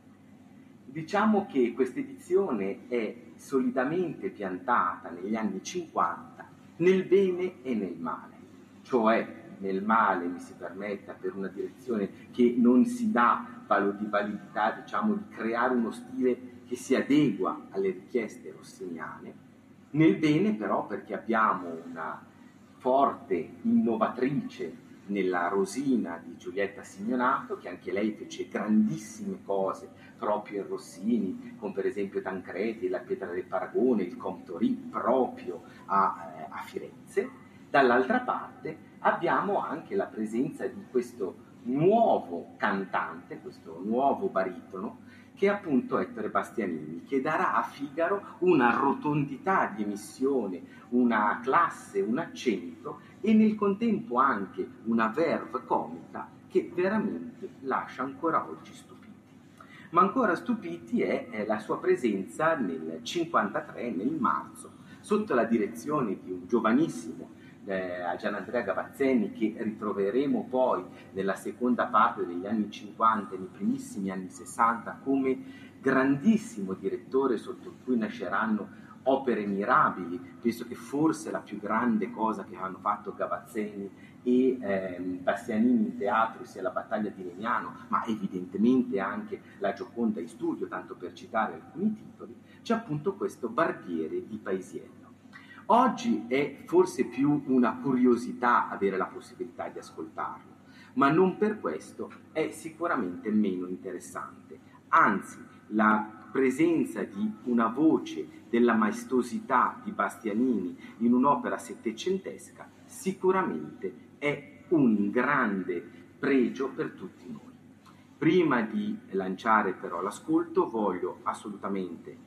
G: Diciamo che questa edizione è solidamente piantata negli anni 50 nel bene e nel male, cioè nel male, mi si permetta, per una direzione che non si dà di validità, diciamo, di creare uno stile che si adegua alle richieste rossiniane, nel bene però perché abbiamo una forte innovatrice nella Rosina di Giulietta Signonato, che anche lei fece grandissime cose proprio in Rossini, come per esempio Tancredi, la Pietra del Paragone, il Comtori, proprio a Firenze. Dall'altra parte abbiamo anche la presenza di questo nuovo cantante, questo nuovo baritono, che è appunto Ettore Bastianini, che darà a Figaro una rotondità di emissione, una classe, un accento e nel contempo anche una verve comica che veramente lascia ancora oggi stupiti. Ma ancora stupiti è la sua presenza nel 53, nel marzo, sotto la direzione di un giovanissimo Gianandrea Gavazzeni, che ritroveremo poi nella seconda parte degli anni 50 e nei primissimi anni 60 come grandissimo direttore sotto cui nasceranno opere mirabili. Penso che forse la più grande cosa che hanno fatto Gavazzeni e Bastianini in teatro sia la battaglia di Legnano, ma evidentemente anche la Gioconda in studio, tanto per citare alcuni titoli. C'è appunto questo Barbiere di Paesiello. Oggi è forse più una curiosità avere la possibilità di ascoltarlo, ma non per questo è sicuramente meno interessante. Anzi, la presenza di una voce della maestosità di Bastianini in un'opera settecentesca sicuramente è un grande pregio per tutti noi. Prima di lanciare però l'ascolto voglio assolutamente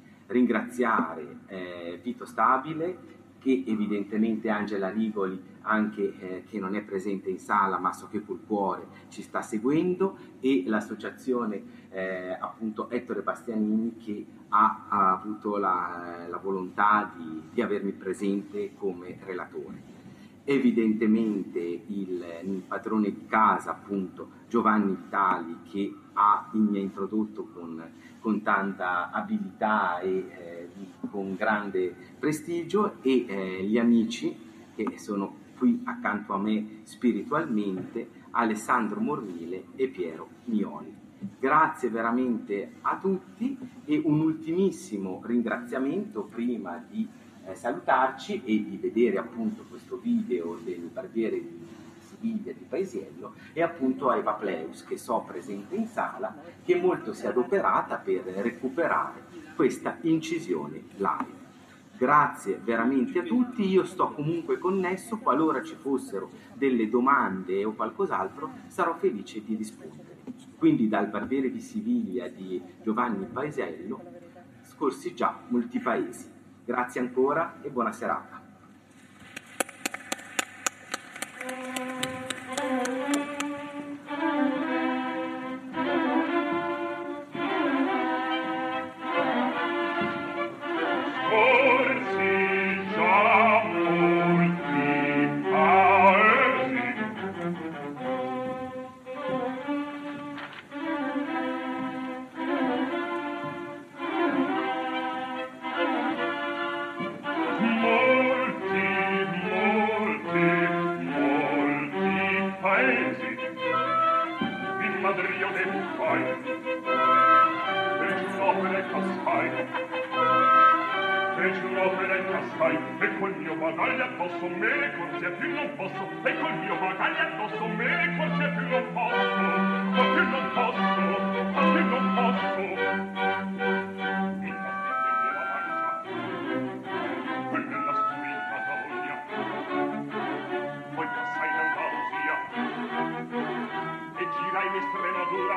G: ringraziare Vito Stabile, che evidentemente Angela Rigoli, anche che non è presente in sala, ma so che col cuore ci sta seguendo, e l'associazione appunto Ettore Bastianini, che ha avuto la volontà di avermi presente come relatore. Evidentemente il padrone di casa, appunto Giovanni Vitali, che mi ha introdotto con tanta abilità e con grande prestigio, e gli amici che sono qui accanto a me spiritualmente, Alessandro Mormile e Piero Mioli. Grazie veramente a tutti e un ultimissimo ringraziamento prima di salutarci e di vedere appunto questo video del Barbiere di Siviglia di Paesiello, e appunto a Eva Pleus, che so presente in sala, che molto si è adoperata per recuperare questa incisione live. Grazie veramente a tutti, io sto comunque connesso, qualora ci fossero delle domande o qualcos'altro sarò felice di rispondere. Quindi dal Barbiere di Siviglia di Giovanni Paesiello, scorsi già molti paesi. Grazie ancora e buona serata.
A: Estremadura,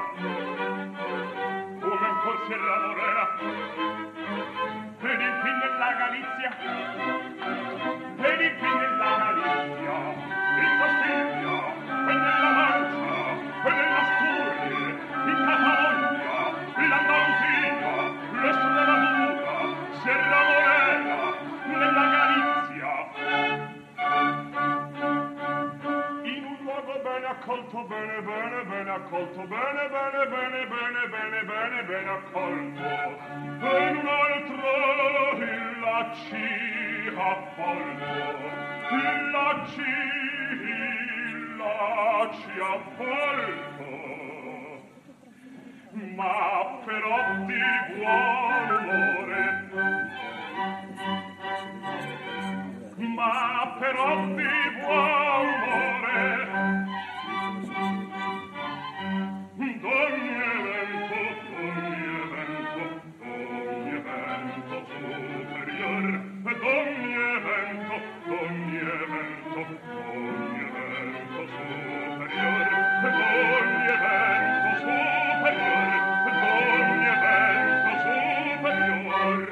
A: come ancor Sierra Morena, ed infine la Galizia, ed infine la Galizia, in Castiglia, e nella Mancia, e nell'Asturie, in Catalogna, l'Andalusia, l'Estremadura, Sierra Morena, nella Galizia. In un luogo bene accolto, bene, bene, bene accolto, bene, bene, bene, bene, bene, bene, bene accolto, e in un altro il lacci avvolto, il lacci avvolto, ma però di buon umore, ma però di buon umore, d'ogni evento superior, d'ogni evento superior, d'ogni evento superior, d'ogni evento superior.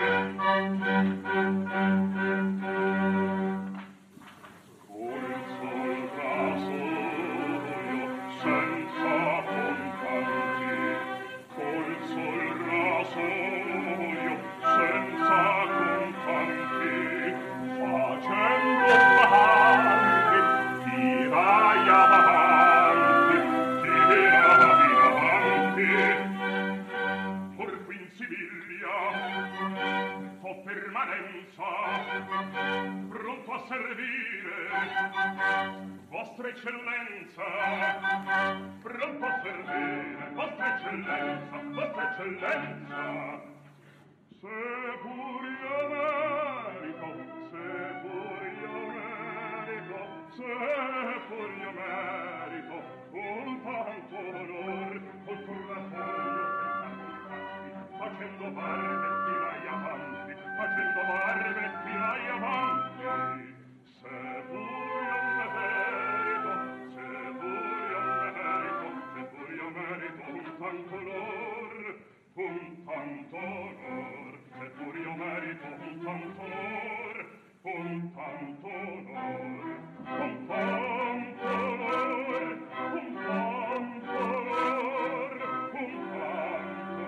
A: Col sol rasoio senza contanti, col sol rasoio senza contanti, facendo avanti, tirai avanti, tiravi avanti. Or qui in Siviglia fo permanenza, pronto a servire vostra eccellenza, pronto a servire vostra eccellenza, vostra eccellenza. Se pur io merito, se pur io merito, se pur io merito, un tanto onor, col corratoio facendo barbe tirai avanti, facendo barbe tirai avanti. Se pur io merito, se pur io merito, se pur io merito un tanto onor, un tanto onor, se pur io merito un tanto onor, un tanto onor, un tanto onor, un tanto onor, un tanto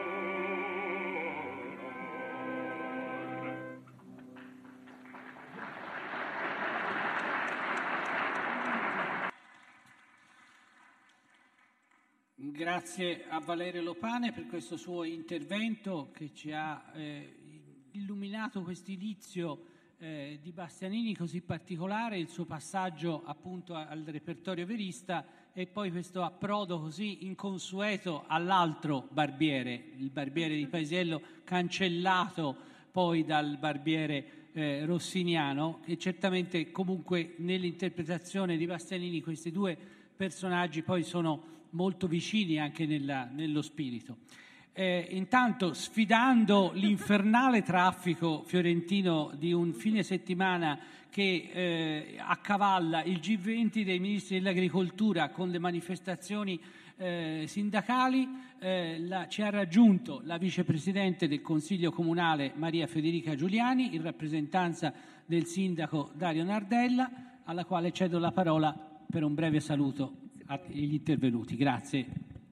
F: Grazie a Valerio Lopane per questo suo intervento che ci ha illuminato questo inizio di Bastianini così particolare, il suo passaggio appunto al repertorio verista e poi questo approdo così inconsueto all'altro barbiere, il barbiere di Paisiello, cancellato poi dal barbiere rossiniano, che certamente comunque nell'interpretazione di Bastianini questi due personaggi poi sono molto vicini anche nello spirito. Intanto, sfidando l'infernale traffico fiorentino di un fine settimana che accavalla il G20 dei ministri dell'agricoltura con le manifestazioni sindacali, ci ha raggiunto la vicepresidente del Consiglio Comunale Maria Federica Giuliani in rappresentanza del sindaco Dario Nardella, alla quale cedo la parola per un breve saluto agli intervenuti. Grazie.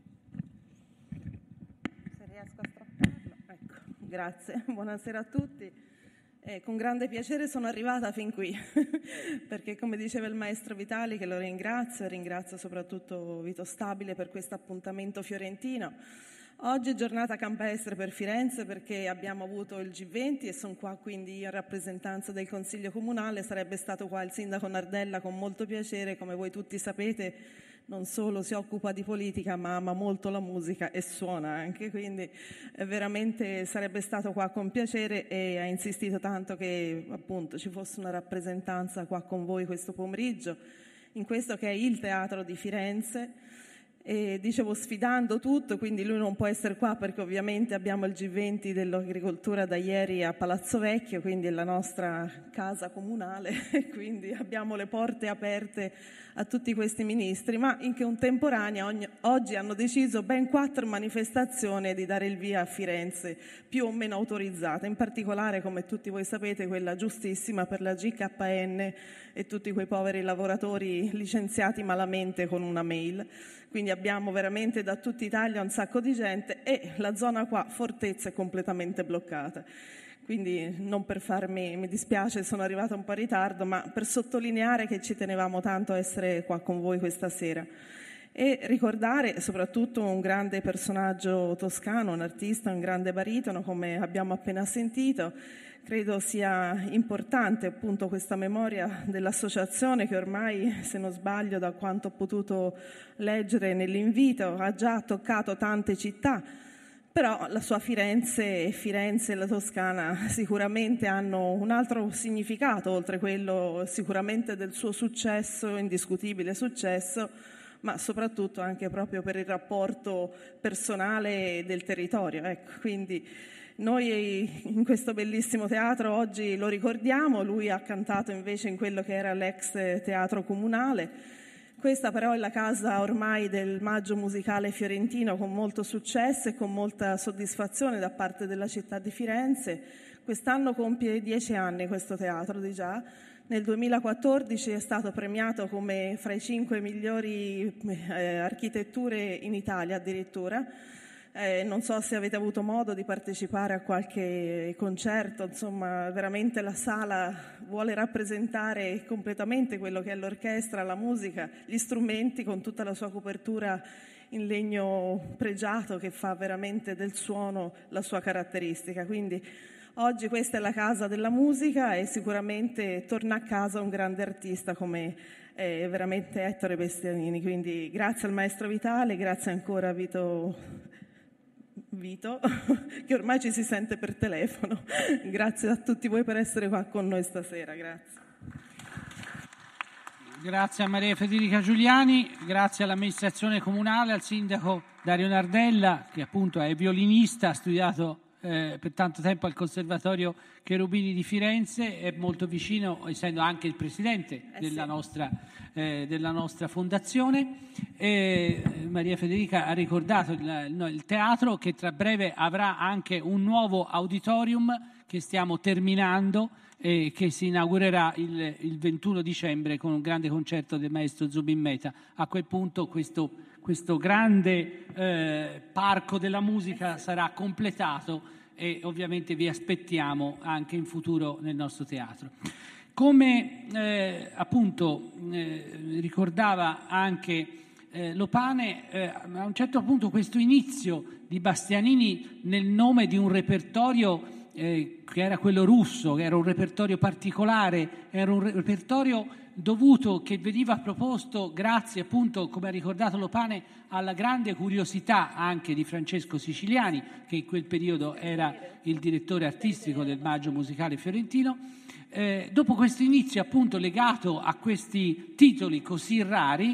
H: Se riesco a strapparlo. Ecco. Grazie, buonasera a tutti. Con grande piacere sono arrivata fin qui, perché come diceva il maestro Vitali, che lo ringrazio, e ringrazio soprattutto Vito Stabile per questo appuntamento fiorentino. Oggi è giornata campestre per Firenze perché abbiamo avuto il G20 e sono qua quindi io in rappresentanza del Consiglio Comunale. Sarebbe stato qua il sindaco Nardella con molto piacere, come voi tutti sapete non solo si occupa di politica ma ama molto la musica e suona anche, quindi veramente sarebbe stato qua con piacere e ha insistito tanto che appunto ci fosse una rappresentanza qua con voi questo pomeriggio in questo che è il Teatro di Firenze. e dicevo sfidando tutto, quindi lui non può essere qua perché ovviamente abbiamo il G20 dell'agricoltura da ieri a Palazzo Vecchio, quindi è la nostra casa comunale e quindi abbiamo le porte aperte a tutti questi ministri, ma in contemporanea oggi hanno deciso ben 4 manifestazioni di dare il via a Firenze, più o meno autorizzate, in particolare, come tutti voi sapete, quella giustissima per la GKN e tutti quei poveri lavoratori licenziati malamente con una mail. Quindi abbiamo veramente da tutta Italia un sacco di gente e la zona qua, Fortezza, è completamente bloccata. Quindi non per farmi, mi dispiace, sono arrivata un po' in ritardo, ma per sottolineare che ci tenevamo tanto a essere qua con voi questa sera e ricordare soprattutto un grande personaggio toscano, un artista, un grande baritono, come abbiamo appena sentito. Credo sia importante appunto questa memoria dell'associazione che ormai, se non sbaglio, da quanto ho potuto leggere nell'invito, ha già toccato tante città. Però la sua Firenze e la Toscana sicuramente hanno un altro significato, oltre quello sicuramente del suo successo, indiscutibile successo, ma soprattutto anche proprio per il rapporto personale del territorio. Ecco, quindi noi in questo bellissimo teatro oggi lo ricordiamo, lui ha cantato invece in quello che era l'ex teatro comunale. Questa però è la casa ormai del Maggio Musicale Fiorentino con molto successo e con molta soddisfazione da parte della città di Firenze. Quest'anno compie 10 anni questo teatro di già. Nel 2014 è stato premiato come fra i 5 migliori architetture in Italia addirittura. Non so se avete avuto modo di partecipare a qualche concerto, insomma veramente la sala vuole rappresentare completamente quello che è l'orchestra, la musica, gli strumenti con tutta la sua copertura in legno pregiato che fa veramente del suono la sua caratteristica. Quindi oggi questa è la casa della musica e sicuramente torna a casa un grande artista come veramente Ettore Bastianini. Quindi grazie al maestro Vitale, grazie ancora a Vito, che ormai ci si sente per telefono. Grazie a tutti voi per essere qua con noi stasera. Grazie.
F: Grazie a Maria Federica Giuliani, grazie all'amministrazione comunale, al sindaco Dario Nardella, che appunto è violinista, ha studiato per tanto tempo al Conservatorio Cherubini di Firenze, è molto vicino, essendo anche il presidente della nostra fondazione. Maria Federica ha ricordato il teatro, che tra breve avrà anche un nuovo auditorium che stiamo terminando e che si inaugurerà il 21 dicembre con un grande concerto del maestro Zubin Mehta. A quel punto questo grande parco della musica sarà completato e ovviamente vi aspettiamo anche in futuro nel nostro teatro. Come appunto ricordava anche Lopane, a un certo punto questo inizio di Bastianini nel nome di un repertorio che era quello russo, che era un repertorio particolare, era un repertorio dovuto, che veniva proposto grazie appunto, come ha ricordato Lopane, alla grande curiosità anche di Francesco Siciliani, che in quel periodo era il direttore artistico del Maggio Musicale Fiorentino. Dopo questo inizio appunto legato a questi titoli così rari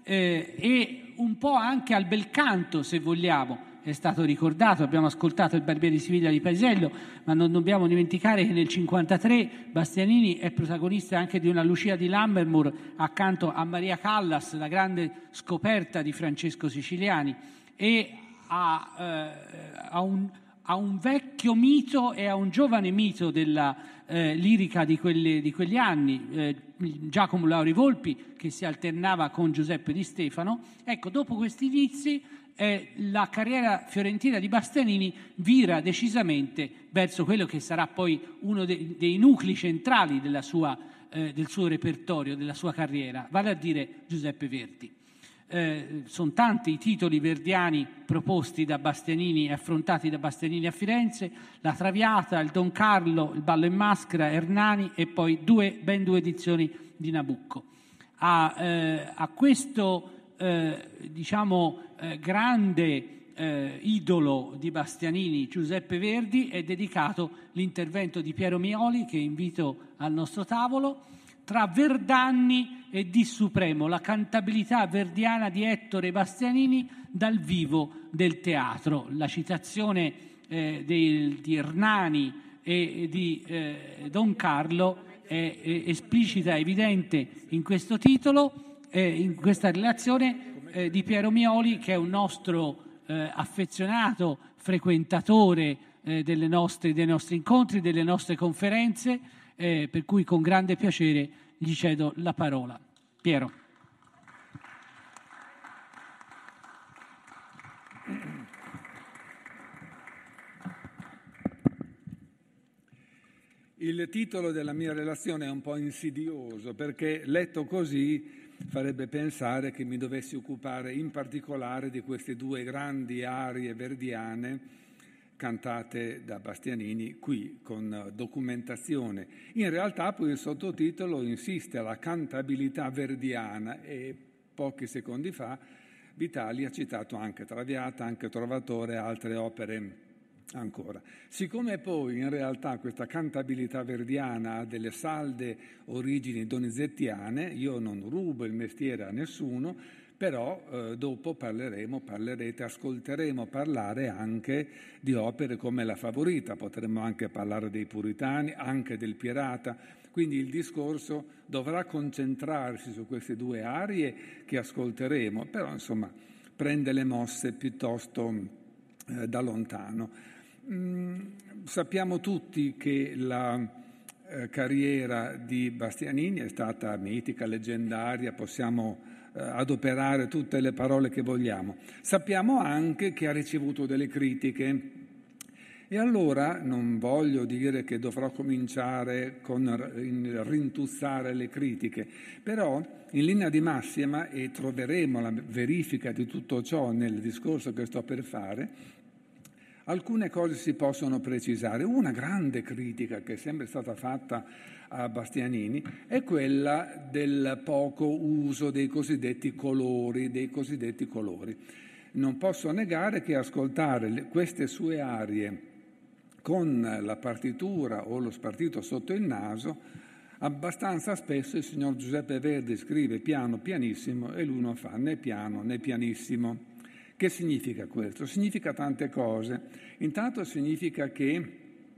F: e un po' anche al bel canto, se vogliamo, è stato ricordato, abbiamo ascoltato il Barbiere di Siviglia di Paisiello, ma non dobbiamo dimenticare che nel 1953 Bastianini è protagonista anche di una Lucia di Lammermoor accanto a Maria Callas, la grande scoperta di Francesco Siciliani, e a un vecchio mito e a un giovane mito della lirica di quegli anni, Giacomo Lauri Volpi, che si alternava con Giuseppe Di Stefano. Ecco, dopo questi inizi la carriera fiorentina di Bastianini vira decisamente verso quello che sarà poi uno dei nuclei centrali del suo repertorio, della sua carriera, vale a dire Giuseppe Verdi. Sono tanti i titoli verdiani proposti da Bastianini e affrontati da Bastianini a Firenze: La Traviata, il Don Carlo, il Ballo in Maschera, Ernani e poi ben due edizioni di Nabucco. A questo grande idolo di Bastianini, Giuseppe Verdi, è dedicato l'intervento di Piero Mioli, che invito al nostro tavolo. tra Verdandi e Di Supremo, la cantabilità verdiana di Ettore Bastianini dal vivo del teatro. La citazione di Ernani e di Don Carlo è esplicita, evidente in questo titolo, in questa relazione di Piero Mioli, che è un nostro affezionato frequentatore dei nostri incontri, delle nostre conferenze, per cui con grande piacere gli cedo la parola. Piero.
I: Il titolo della mia relazione è un po' insidioso, perché letto così farebbe pensare che mi dovessi occupare in particolare di queste due grandi arie verdiane cantate da Bastianini qui con documentazione. In realtà poi il sottotitolo insiste alla cantabilità verdiana e pochi secondi fa Vitali ha citato anche Traviata, anche Trovatore e altre opere ancora. Siccome poi in realtà questa cantabilità verdiana ha delle salde origini donizettiane, io non rubo il mestiere a nessuno, però dopo parlerete, ascolteremo parlare anche di opere come La Favorita, potremmo anche parlare dei Puritani, anche del Pirata, quindi il discorso dovrà concentrarsi su queste due arie che ascolteremo, però insomma prende le mosse piuttosto da lontano. Sappiamo tutti che la carriera di Bastianini è stata mitica, leggendaria, possiamo adoperare tutte le parole che vogliamo. Sappiamo anche che ha ricevuto delle critiche e allora non voglio dire che dovrò cominciare con rintuzzare le critiche, però in linea di massima, e troveremo la verifica di tutto ciò nel discorso che sto per fare, alcune cose si possono precisare. Una grande critica che è sempre stata fatta a Bastianini è quella del poco uso dei cosiddetti colori. Non posso negare che ascoltare queste sue arie con la partitura o lo spartito sotto il naso, abbastanza spesso il signor Giuseppe Verdi scrive piano pianissimo e lui non fa né piano né pianissimo. Che significa questo? Significa tante cose. Intanto significa che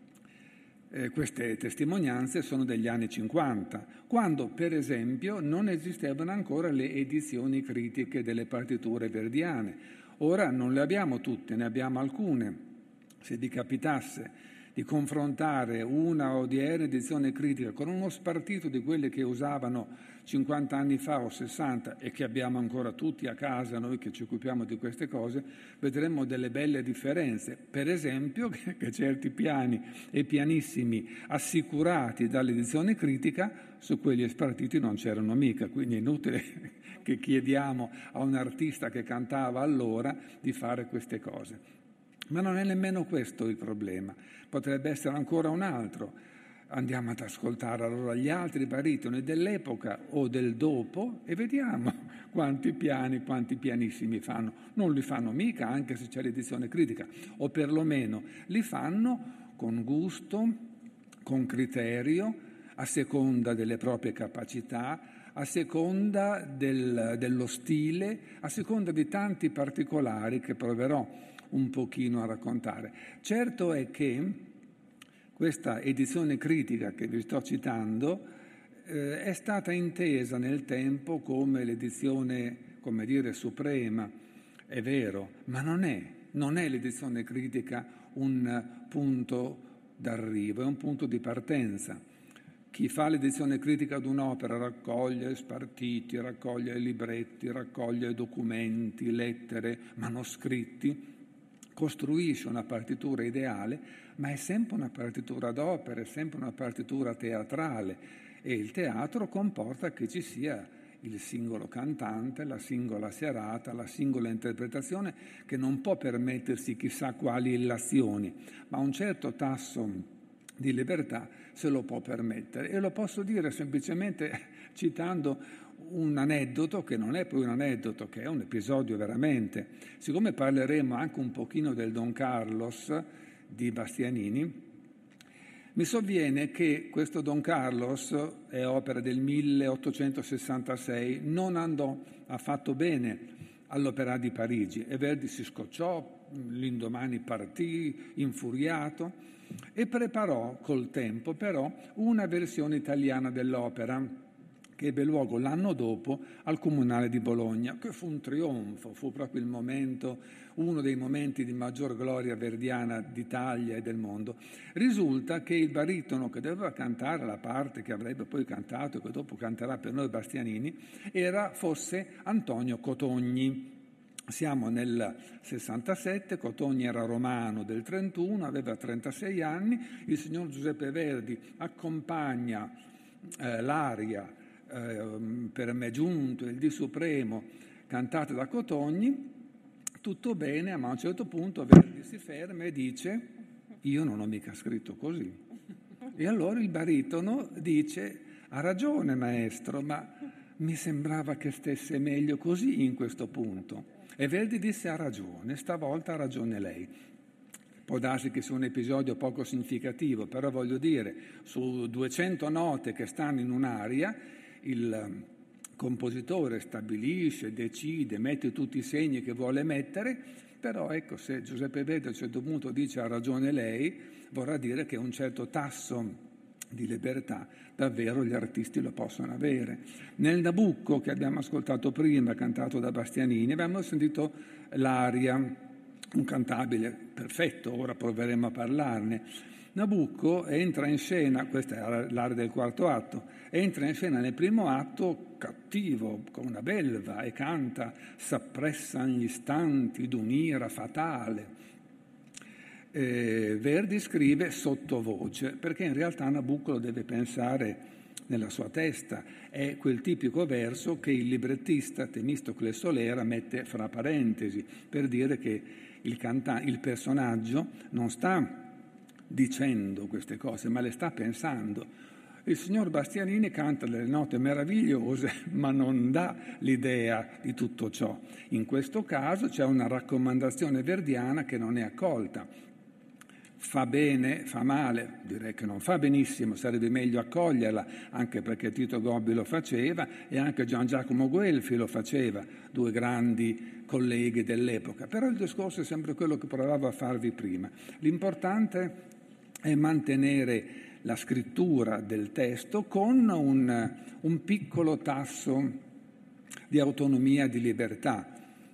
I: queste testimonianze sono degli anni 50, quando per esempio non esistevano ancora le edizioni critiche delle partiture verdiane. Ora non le abbiamo tutte, ne abbiamo alcune. Se vi capitasse di confrontare una odierna edizione critica con uno spartito di quelle che usavano 50 anni fa o 60 e che abbiamo ancora tutti a casa, noi che ci occupiamo di queste cose, vedremo delle belle differenze. Per esempio che certi piani e pianissimi assicurati dall'edizione critica su quegli spartiti non c'erano mica, quindi è inutile che chiediamo a un artista che cantava allora di fare queste cose. Ma non è nemmeno questo il problema, potrebbe essere ancora un altro. Andiamo ad ascoltare allora gli altri baritoni dell'epoca o del dopo e vediamo quanti piani, quanti pianissimi fanno. Non li fanno mica, anche se c'è l'edizione critica, o perlomeno li fanno con gusto, con criterio, a seconda delle proprie capacità, a seconda dello stile, a seconda di tanti particolari che proverò un pochino a raccontare. Certo è che questa edizione critica che vi sto citando è stata intesa nel tempo come l'edizione, come dire, suprema, è vero, ma non è l'edizione critica un punto d'arrivo, è un punto di partenza. Chi fa l'edizione critica ad un'opera raccoglie spartiti, raccoglie libretti, raccoglie documenti, lettere, manoscritti, costruisce una partitura ideale, ma è sempre una partitura d'opera, è sempre una partitura teatrale e il teatro comporta che ci sia il singolo cantante, la singola serata, la singola interpretazione che non può permettersi chissà quali illazioni, ma un certo tasso di libertà se lo può permettere e lo posso dire semplicemente citando un aneddoto che non è poi un aneddoto, che è un episodio veramente. Siccome parleremo anche un pochino del Don Carlos di Bastianini, Mi sovviene che questo Don Carlos, è opera del 1866, non andò affatto bene all'Opéra di Parigi e Verdi si scocciò, l'indomani partì infuriato e preparò col tempo però una versione italiana dell'opera che ebbe luogo l'anno dopo al Comunale di Bologna, che fu un trionfo, fu proprio il momento, uno dei momenti di maggior gloria verdiana d'Italia e del mondo. Risulta che il baritono che doveva cantare la parte che avrebbe poi cantato e che dopo canterà per noi Bastianini fosse Antonio Cotogni. Siamo nel 67, Cotogni era romano del 31, aveva 36 anni, il signor Giuseppe Verdi accompagna l'aria Per me giunto il Dì Supremo, cantata da Cotogni, tutto bene, ma a un certo punto Verdi si ferma e dice: io non ho mica scritto così. E allora il baritono dice: ha ragione maestro, ma mi sembrava che stesse meglio così in questo punto. E Verdi disse: ha ragione, stavolta ha ragione lei. Può darsi che sia un episodio poco significativo, però voglio dire, su 200 note che stanno in un'aria, il compositore stabilisce, decide, mette tutti i segni che vuole mettere, però ecco, se Giuseppe Verdi a un certo punto dice ha ragione lei, vorrà dire che un certo tasso di libertà davvero gli artisti lo possono avere. Nel Nabucco, che abbiamo ascoltato prima, cantato da Bastianini, abbiamo sentito l'aria, un cantabile perfetto, ora proveremo a parlarne. Nabucco entra in scena, questa è l'aria del quarto atto, entra in scena nel primo atto cattivo, con una belva, e canta «S'appressan gli istanti d'un'ira fatale». Verdi scrive sottovoce, perché in realtà Nabucco lo deve pensare nella sua testa, è quel tipico verso che il librettista Temistocle Solera mette fra parentesi, per dire che il personaggio non sta dicendo queste cose, ma le sta pensando. Il signor Bastianini canta delle note meravigliose, ma non dà l'idea di tutto ciò. In questo caso c'è una raccomandazione verdiana che non è accolta. Fa bene, fa male, direi che non fa benissimo, sarebbe meglio accoglierla, anche perché Tito Gobbi lo faceva e anche Gian Giacomo Guelfi lo faceva, due grandi colleghi dell'epoca. Però il discorso è sempre quello che provavo a farvi prima. L'importante è mantenere la scrittura del testo con un piccolo tasso di autonomia, di libertà.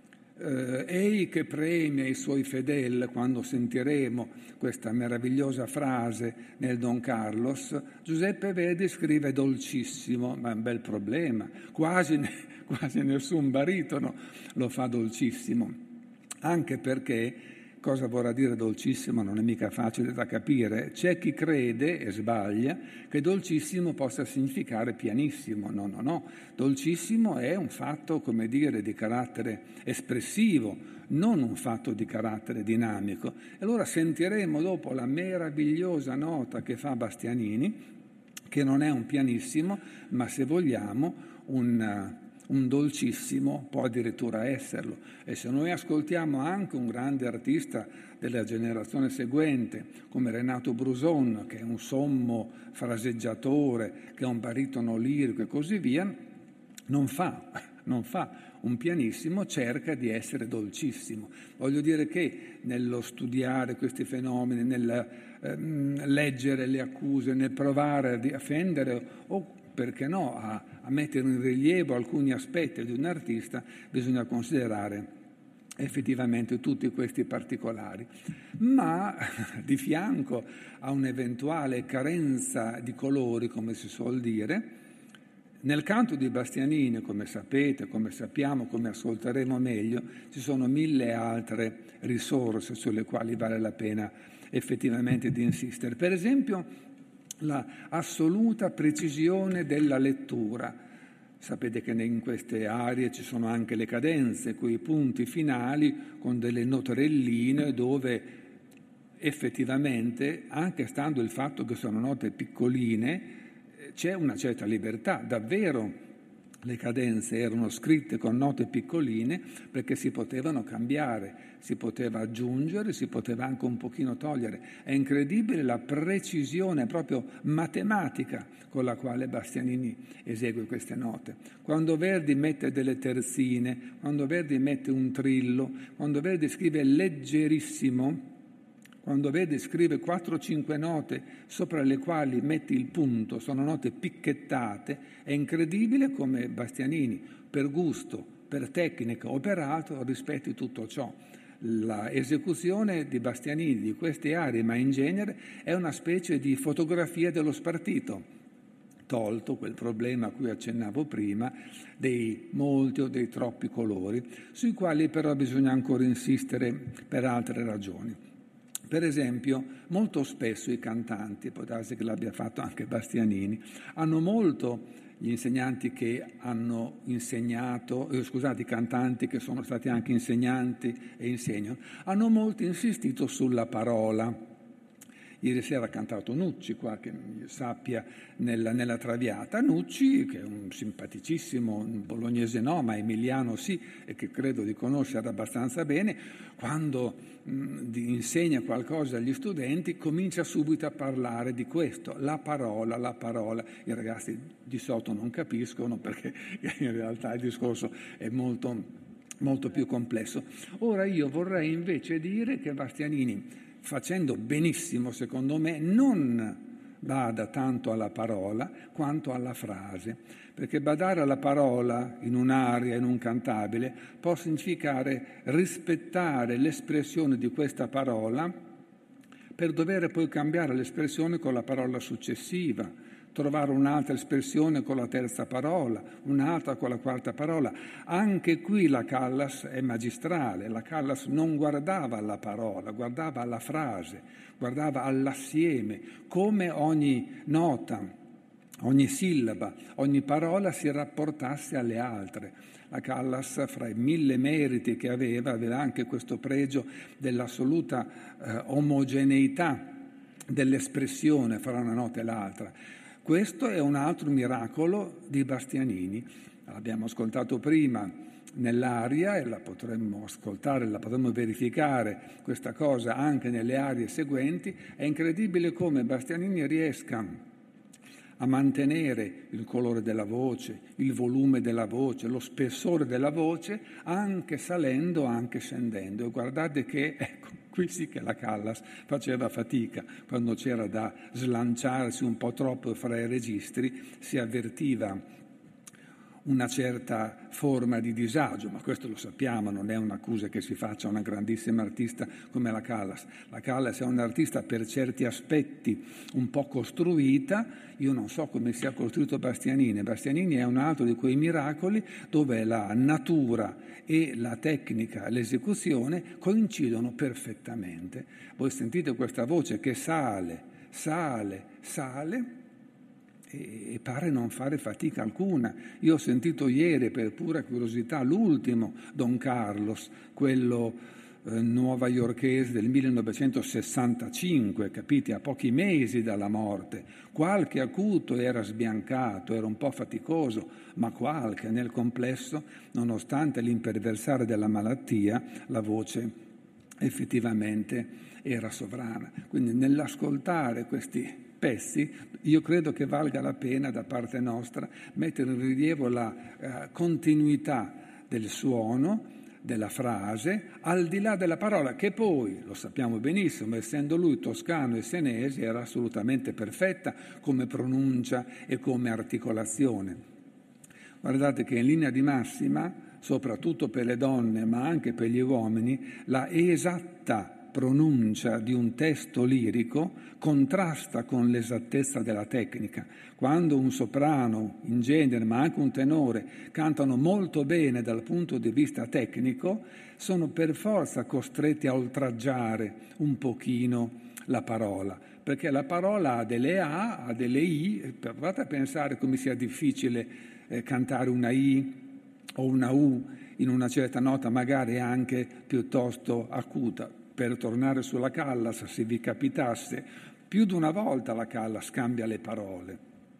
I: Ei che premia i suoi fedel, quando sentiremo questa meravigliosa frase nel Don Carlos, Giuseppe Verdi scrive dolcissimo, ma è un bel problema, quasi nessun baritono lo fa dolcissimo, anche perché, cosa vorrà dire dolcissimo non è mica facile da capire, c'è chi crede, e sbaglia, che dolcissimo possa significare pianissimo, no, dolcissimo è un fatto, come dire, di carattere espressivo, non un fatto di carattere dinamico. E allora sentiremo dopo la meravigliosa nota che fa Bastianini, che non è un pianissimo, ma se vogliamo un dolcissimo, può addirittura esserlo. E se noi ascoltiamo anche un grande artista della generazione seguente, come Renato Bruson, che è un sommo fraseggiatore, che è un baritono lirico e così via, non fa un pianissimo, cerca di essere dolcissimo. Voglio dire che nello studiare questi fenomeni, nel leggere le accuse, nel provare a difendere o perché no, a mettere in rilievo alcuni aspetti di un artista, bisogna considerare effettivamente tutti questi particolari. Ma di fianco a un'eventuale carenza di colori, come si suol dire, nel canto di Bastianini, come sapete, come sappiamo, come ascolteremo meglio, ci sono 1000 altre risorse sulle quali vale la pena effettivamente di insistere. Per esempio, la assoluta precisione della lettura. Sapete che in queste arie ci sono anche le cadenze, quei punti finali con delle noterelline dove effettivamente, anche stando il fatto che sono note piccoline, c'è una certa libertà. Davvero le cadenze erano scritte con note piccoline perché si potevano cambiare, si poteva aggiungere, si poteva anche un pochino togliere. È incredibile la precisione proprio matematica con la quale Bastianini esegue queste note. Quando Verdi mette delle terzine, quando Verdi mette un trillo, quando Verdi scrive leggerissimo, quando Verdi scrive 4-5 note sopra le quali metti il punto, sono note picchettate, è incredibile come Bastianini, per gusto, per tecnica o per altro, rispetti tutto ciò. La esecuzione di Bastianini di queste arie, ma in genere, è una specie di fotografia dello spartito, tolto quel problema a cui accennavo prima, dei molti o dei troppi colori, sui quali però bisogna ancora insistere per altre ragioni. Per esempio, molto spesso i cantanti, può darsi che l'abbia fatto anche Bastianini, hanno molto, gli insegnanti che hanno insegnato, i cantanti che sono stati anche insegnanti e insegnano, hanno molto insistito sulla parola. Ieri sera ha cantato Nucci, qua che sappia, nella Traviata. Nucci, che è un simpaticissimo bolognese no, ma emiliano sì, e che credo di conoscere abbastanza bene, quando insegna qualcosa agli studenti comincia subito a parlare di questo, la parola. I ragazzi di sotto non capiscono perché in realtà il discorso è molto, molto più complesso. Ora io vorrei invece dire che Bastianini, facendo benissimo secondo me, non bada tanto alla parola quanto alla frase, perché badare alla parola in un'aria, in un cantabile, può significare rispettare l'espressione di questa parola per dover poi cambiare l'espressione con la parola successiva, trovare un'altra espressione con la terza parola, un'altra con la quarta parola. Anche qui la Callas è magistrale, la Callas non guardava alla parola, guardava alla frase, guardava all'assieme, come ogni nota, ogni sillaba, ogni parola si rapportasse alle altre. La Callas, fra i 1000 meriti che aveva anche questo pregio dell'assoluta omogeneità dell'espressione fra una nota e l'altra. Questo è un altro miracolo di Bastianini. L'abbiamo ascoltato prima nell'aria e la potremmo ascoltare, la potremmo verificare questa cosa anche nelle arie seguenti. È incredibile come Bastianini riesca a mantenere il colore della voce, il volume della voce, lo spessore della voce, anche salendo, anche scendendo. E guardate che, ecco, qui sì che la Callas faceva fatica, quando c'era da slanciarsi un po' troppo fra i registri, si avvertiva una certa forma di disagio, ma questo lo sappiamo, non è un'accusa che si faccia a una grandissima artista come la Callas. La Callas è un'artista per certi aspetti un po' costruita. Io non so come sia costruito Bastianini. Bastianini è un altro di quei miracoli dove la natura e la tecnica, l'esecuzione coincidono perfettamente. Voi sentite questa voce che sale e pare non fare fatica alcuna. Io ho sentito ieri, per pura curiosità, l'ultimo Don Carlos, quello newyorkese del 1965, capite, a pochi mesi dalla morte. Qualche acuto era sbiancato, era un po' faticoso, ma qualche, nel complesso, nonostante l'imperversare della malattia, la voce effettivamente era sovrana. Quindi nell'ascoltare questi pezzi, io credo che valga la pena da parte nostra mettere in rilievo la continuità del suono, della frase, al di là della parola, che poi, lo sappiamo benissimo, essendo lui toscano e senese, era assolutamente perfetta come pronuncia e come articolazione. Guardate che in linea di massima, soprattutto per le donne, ma anche per gli uomini, la esatta pronuncia di un testo lirico contrasta con l'esattezza della tecnica. Quando un soprano, in genere, ma anche un tenore, cantano molto bene dal punto di vista tecnico, sono per forza costretti a oltraggiare un pochino la parola, perché la parola ha delle A, ha delle I. Provate a pensare come sia difficile cantare una I o una U in una certa nota, magari anche piuttosto acuta. Per tornare sulla Callas, se vi capitasse, più di una volta la Callas cambia le parole.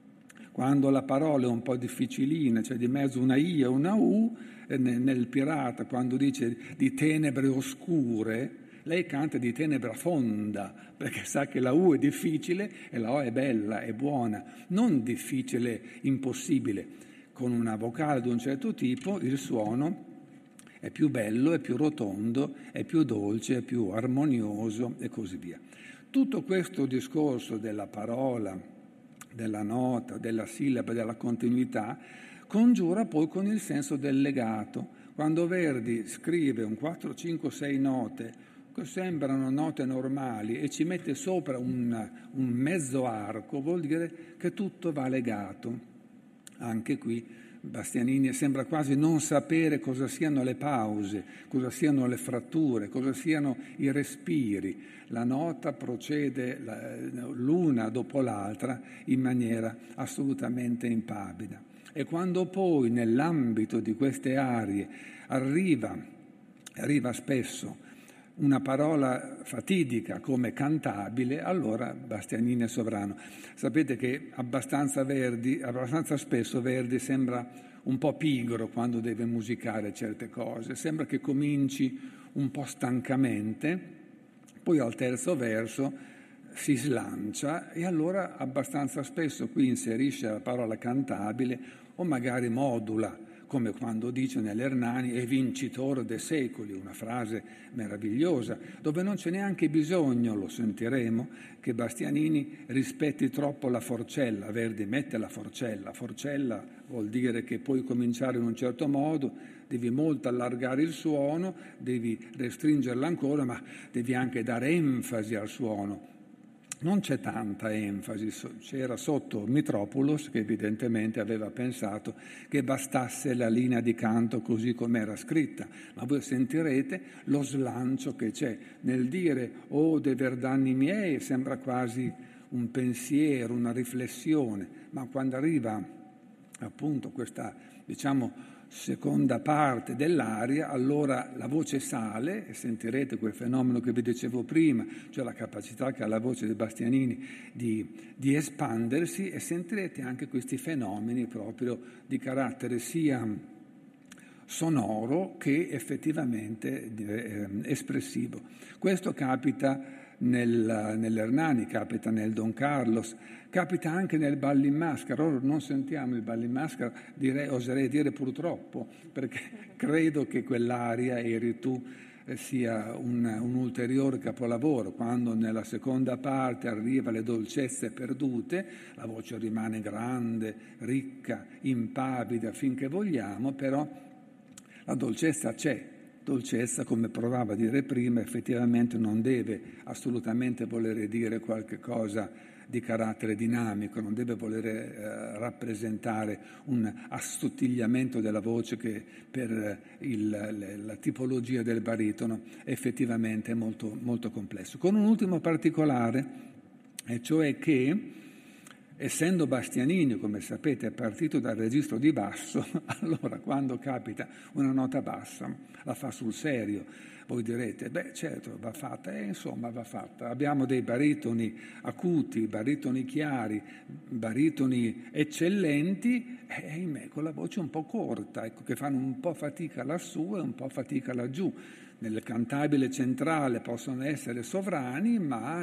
I: Quando la parola è un po' difficilina, c'è di mezzo una I e una U, nel Pirata, quando dice di tenebre oscure, lei canta di tenebra fonda, perché sa che la U è difficile e la O è bella, è buona, non difficile, impossibile. Con una vocale di un certo tipo il suono è più bello, è più rotondo, è più dolce, è più armonioso e così via. Tutto questo discorso della parola, della nota, della sillaba, della continuità, congiura poi con il senso del legato. Quando Verdi scrive un 4, 5, 6 note che sembrano note normali e ci mette sopra un mezzo arco, vuol dire che tutto va legato. Anche qui Bastianini sembra quasi non sapere cosa siano le pause, cosa siano le fratture, cosa siano i respiri. La nota procede l'una dopo l'altra in maniera assolutamente impavida. E quando poi nell'ambito di queste arie arriva spesso una parola fatidica come cantabile, allora Bastianini è sovrano. Sapete che abbastanza spesso Verdi sembra un po' pigro quando deve musicare certe cose, sembra che cominci un po' stancamente, poi al terzo verso si slancia e allora abbastanza spesso qui inserisce la parola cantabile o magari modula, come quando dice nell'Hernani è vincitore dei secoli, una frase meravigliosa, dove non c'è neanche bisogno, lo sentiremo, che Bastianini rispetti troppo la forcella. Verdi mette la forcella vuol dire che puoi cominciare in un certo modo, devi molto allargare il suono, devi restringerlo ancora, ma devi anche dare enfasi al suono. Non c'è tanta enfasi, c'era sotto Mitropoulos che evidentemente aveva pensato che bastasse la linea di canto così come era scritta, ma voi sentirete lo slancio che c'è nel dire «Oh, dei verdani miei», sembra quasi un pensiero, una riflessione, ma quando arriva appunto questa, seconda parte dell'aria, allora la voce sale e sentirete quel fenomeno che vi dicevo prima, cioè la capacità che ha la voce di Bastianini di espandersi, e sentirete anche questi fenomeni proprio di carattere sia sonoro che effettivamente espressivo. Questo capita nell'Hernani, capita nel Don Carlos, capita anche nel Ballo in Maschera. Ora non sentiamo il Ballo in Maschera, oserei dire purtroppo, perché credo che quell'aria, eri tu, sia un ulteriore capolavoro. Quando nella seconda parte arriva le dolcezze perdute, la voce rimane grande, ricca, impavida finché vogliamo, però la dolcezza c'è. Dolcezza, come provava a dire prima, effettivamente non deve assolutamente volere dire qualche cosa di carattere dinamico, non deve voler rappresentare un assottigliamento della voce che per la tipologia del baritono effettivamente è molto, molto complesso. Con un ultimo particolare, e cioè che essendo Bastianini, come sapete, è partito dal registro di basso, allora quando capita una nota bassa la fa sul serio. Voi direte, certo, va fatta, va fatta. Abbiamo dei baritoni acuti, baritoni chiari, baritoni eccellenti, ahimè, con la voce un po' corta, ecco, che fanno un po' fatica lassù e un po' fatica laggiù. Nel cantabile centrale possono essere sovrani, ma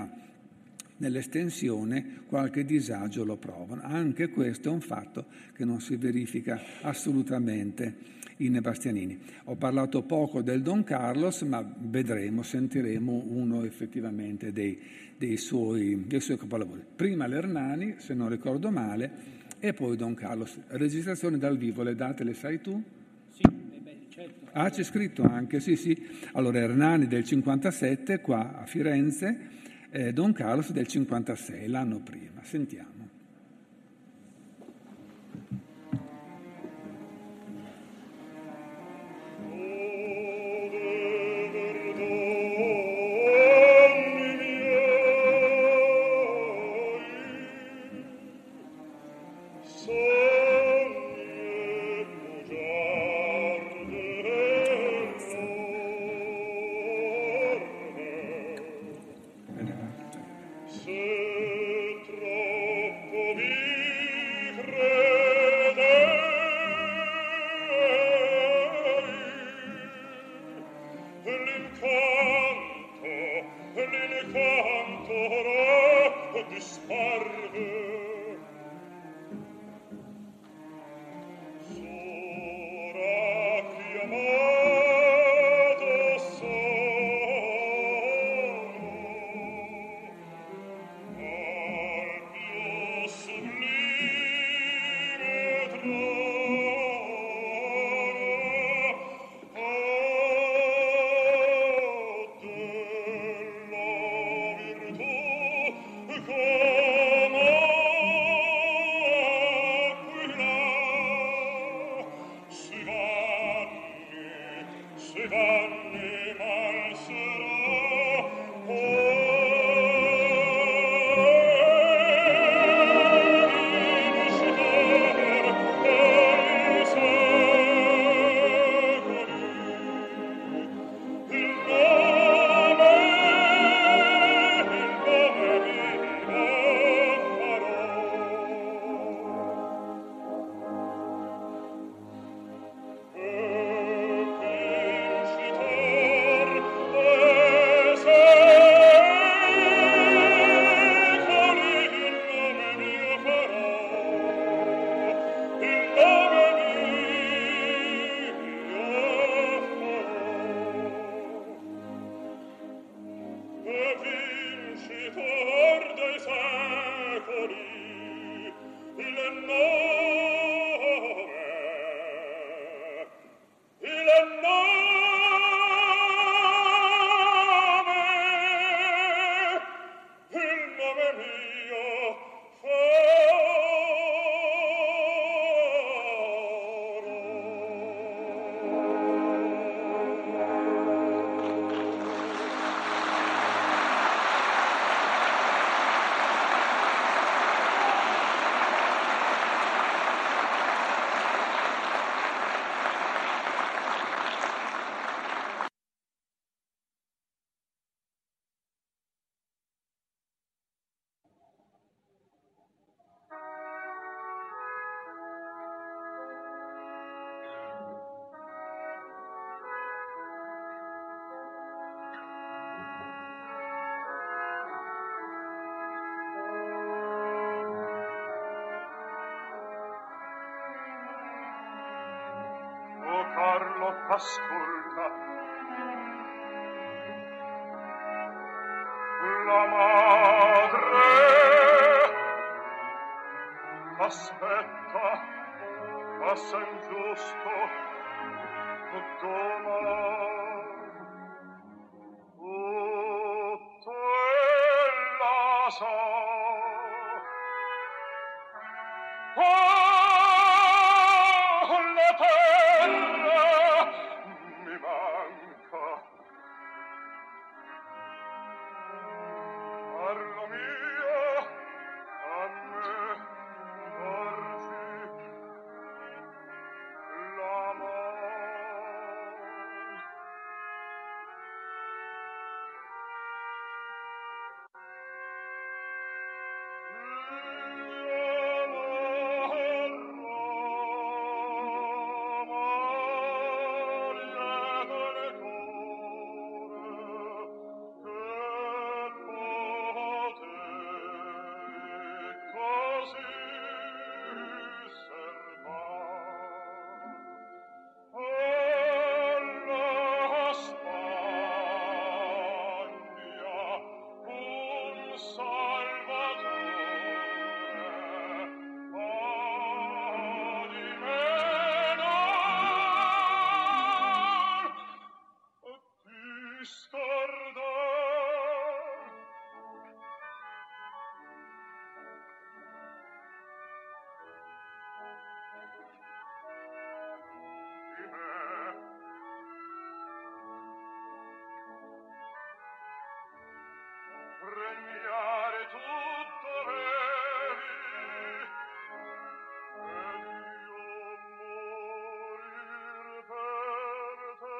I: nell'estensione qualche disagio lo provano. Anche questo è un fatto che non si verifica assolutamente in Bastianini. Ho parlato poco del Don Carlos, ma sentiremo uno effettivamente dei suoi capolavori. Prima l'Hernani, se non ricordo male, e poi Don Carlos. Registrazione dal vivo, le date le sai tu?
F: Sì, certo.
I: Ah, c'è scritto anche, sì. Allora Hernani del 57 qua a Firenze, Don Carlos del 56, l'anno prima. Sentiamo.
A: Se troppo ora disparve. Sora chiamato sono al più sublime Carlo, ascolta. La madre aspetta, passa ingiusto, domani tutto ella sa. La terra mi manca. Carlo mio, a me porgi la mano. Regnare tutto vedi, ed io morir per te.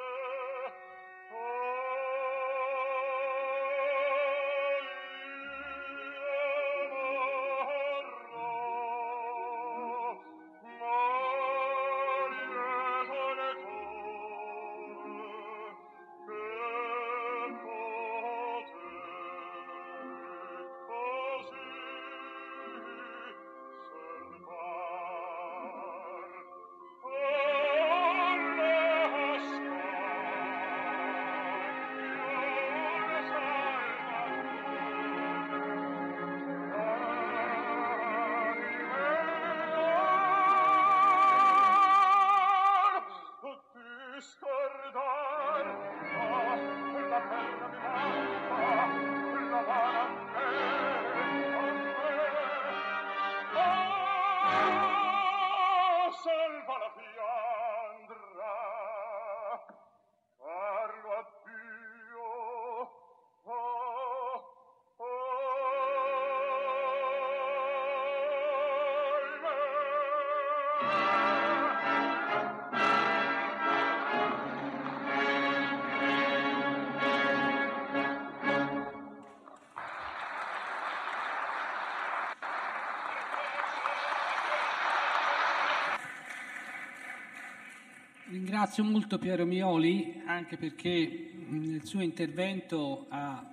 F: Ringrazio molto Piero Mioli, anche perché nel suo intervento ha,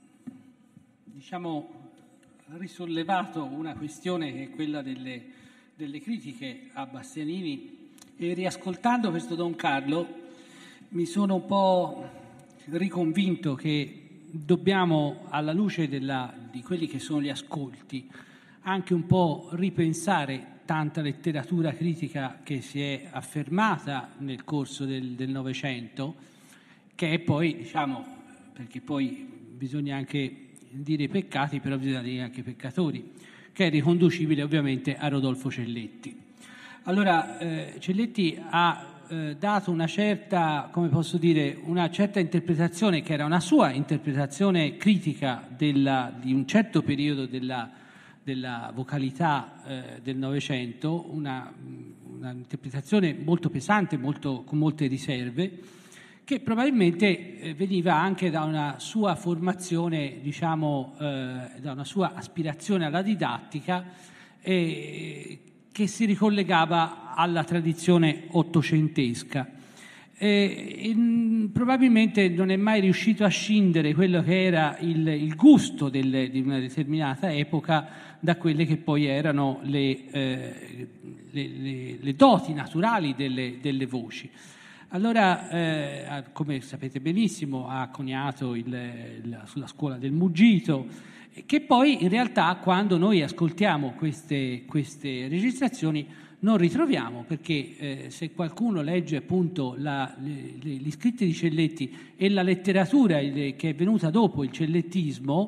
F: risollevato una questione che è quella delle critiche a Bastianini, e riascoltando questo Don Carlo mi sono un po' riconvinto che dobbiamo, alla luce di quelli che sono gli ascolti, anche un po' ripensare tanta letteratura critica che si è affermata nel corso del Novecento, che è poi, perché poi bisogna anche dire i peccati, però bisogna dire anche i peccatori, che è riconducibile ovviamente a Rodolfo Celletti. Allora, Celletti ha dato una certa, una certa interpretazione, che era una sua interpretazione critica di un certo periodo della vocalità del Novecento, una interpretazione molto pesante, con molte riserve, che probabilmente veniva anche da una sua formazione, da una sua aspirazione alla didattica, che si ricollegava alla tradizione ottocentesca. Probabilmente non è mai riuscito a scindere quello che era il gusto di una determinata epoca da quelle che poi erano le doti naturali delle voci. Allora, come sapete benissimo, ha coniato sulla scuola del muggito, che poi in realtà, quando noi ascoltiamo queste registrazioni, non ritroviamo, perché se qualcuno legge appunto gli scritti di Celletti e la letteratura che è venuta dopo il cellettismo,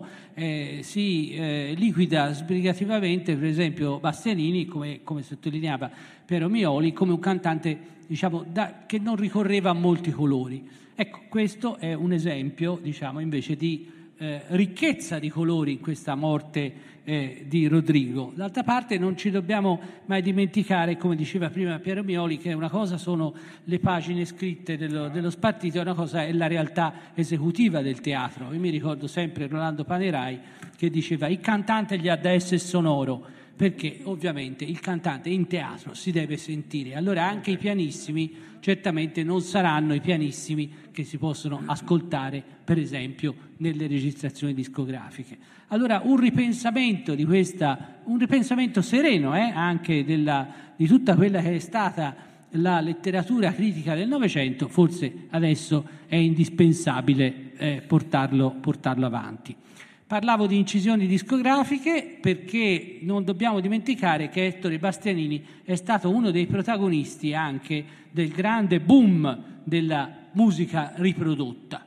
F: si liquida sbrigativamente, per esempio, Bastianini, come sottolineava Piero Mioli, come un cantante che non ricorreva a molti colori. Ecco, questo è un esempio invece di ricchezza di colori in questa morte di Rodrigo. D'altra parte non ci dobbiamo mai dimenticare, come diceva prima Piero Mioli, che una cosa sono le pagine scritte dello spartito e una cosa è la realtà esecutiva del teatro. Io mi ricordo sempre Rolando Panerai che diceva: il cantante gli ha da essere sonoro, perché ovviamente il cantante in teatro si deve sentire. Allora anche i pianissimi certamente non saranno i pianissimi che si possono ascoltare, per esempio, nelle registrazioni discografiche. Allora un ripensamento un ripensamento sereno anche di tutta quella che è stata la letteratura critica del Novecento, forse adesso è indispensabile portarlo avanti. Parlavo di incisioni discografiche perché non dobbiamo dimenticare che Ettore Bastianini è stato uno dei protagonisti anche del grande boom della musica riprodotta.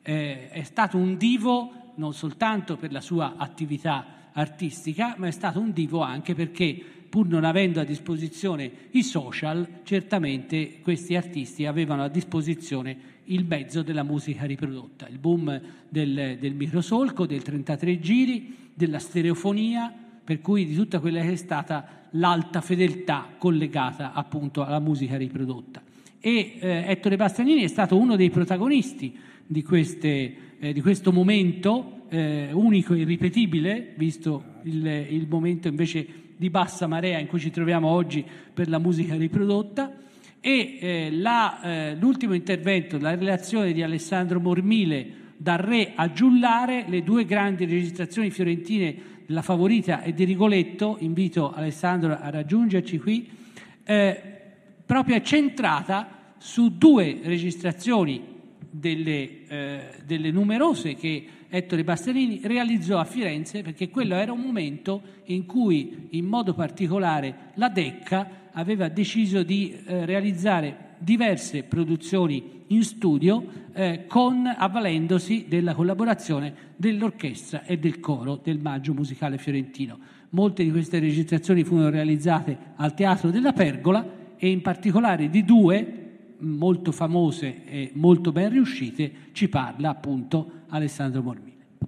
F: È stato un divo non soltanto per la sua attività artistica, ma è stato un divo anche perché, pur non avendo a disposizione i social, certamente questi artisti avevano a disposizione il mezzo della musica riprodotta, il boom del microsolco, del 33 giri, della stereofonia, per cui di tutta quella che è stata l'alta fedeltà collegata appunto alla musica riprodotta. E Ettore Bastianini è stato uno dei protagonisti di questo momento unico e irripetibile, visto il momento invece di bassa marea in cui ci troviamo oggi per la musica riprodotta. E l'ultimo intervento, la relazione di Alessandro Mormile, Dal Re a Giullare, le due grandi registrazioni fiorentine della Favorita e di Rigoletto, invito Alessandro a raggiungerci qui, proprio è centrata su due registrazioni delle numerose che Ettore Bastianini realizzò a Firenze, perché quello era un momento in cui in modo particolare la Decca aveva deciso di realizzare diverse produzioni in studio avvalendosi della collaborazione dell'orchestra e del coro del Maggio Musicale Fiorentino. Molte di queste registrazioni furono realizzate al Teatro della Pergola e in particolare di due molto famose e molto ben riuscite ci parla appunto Alessandro Mormile.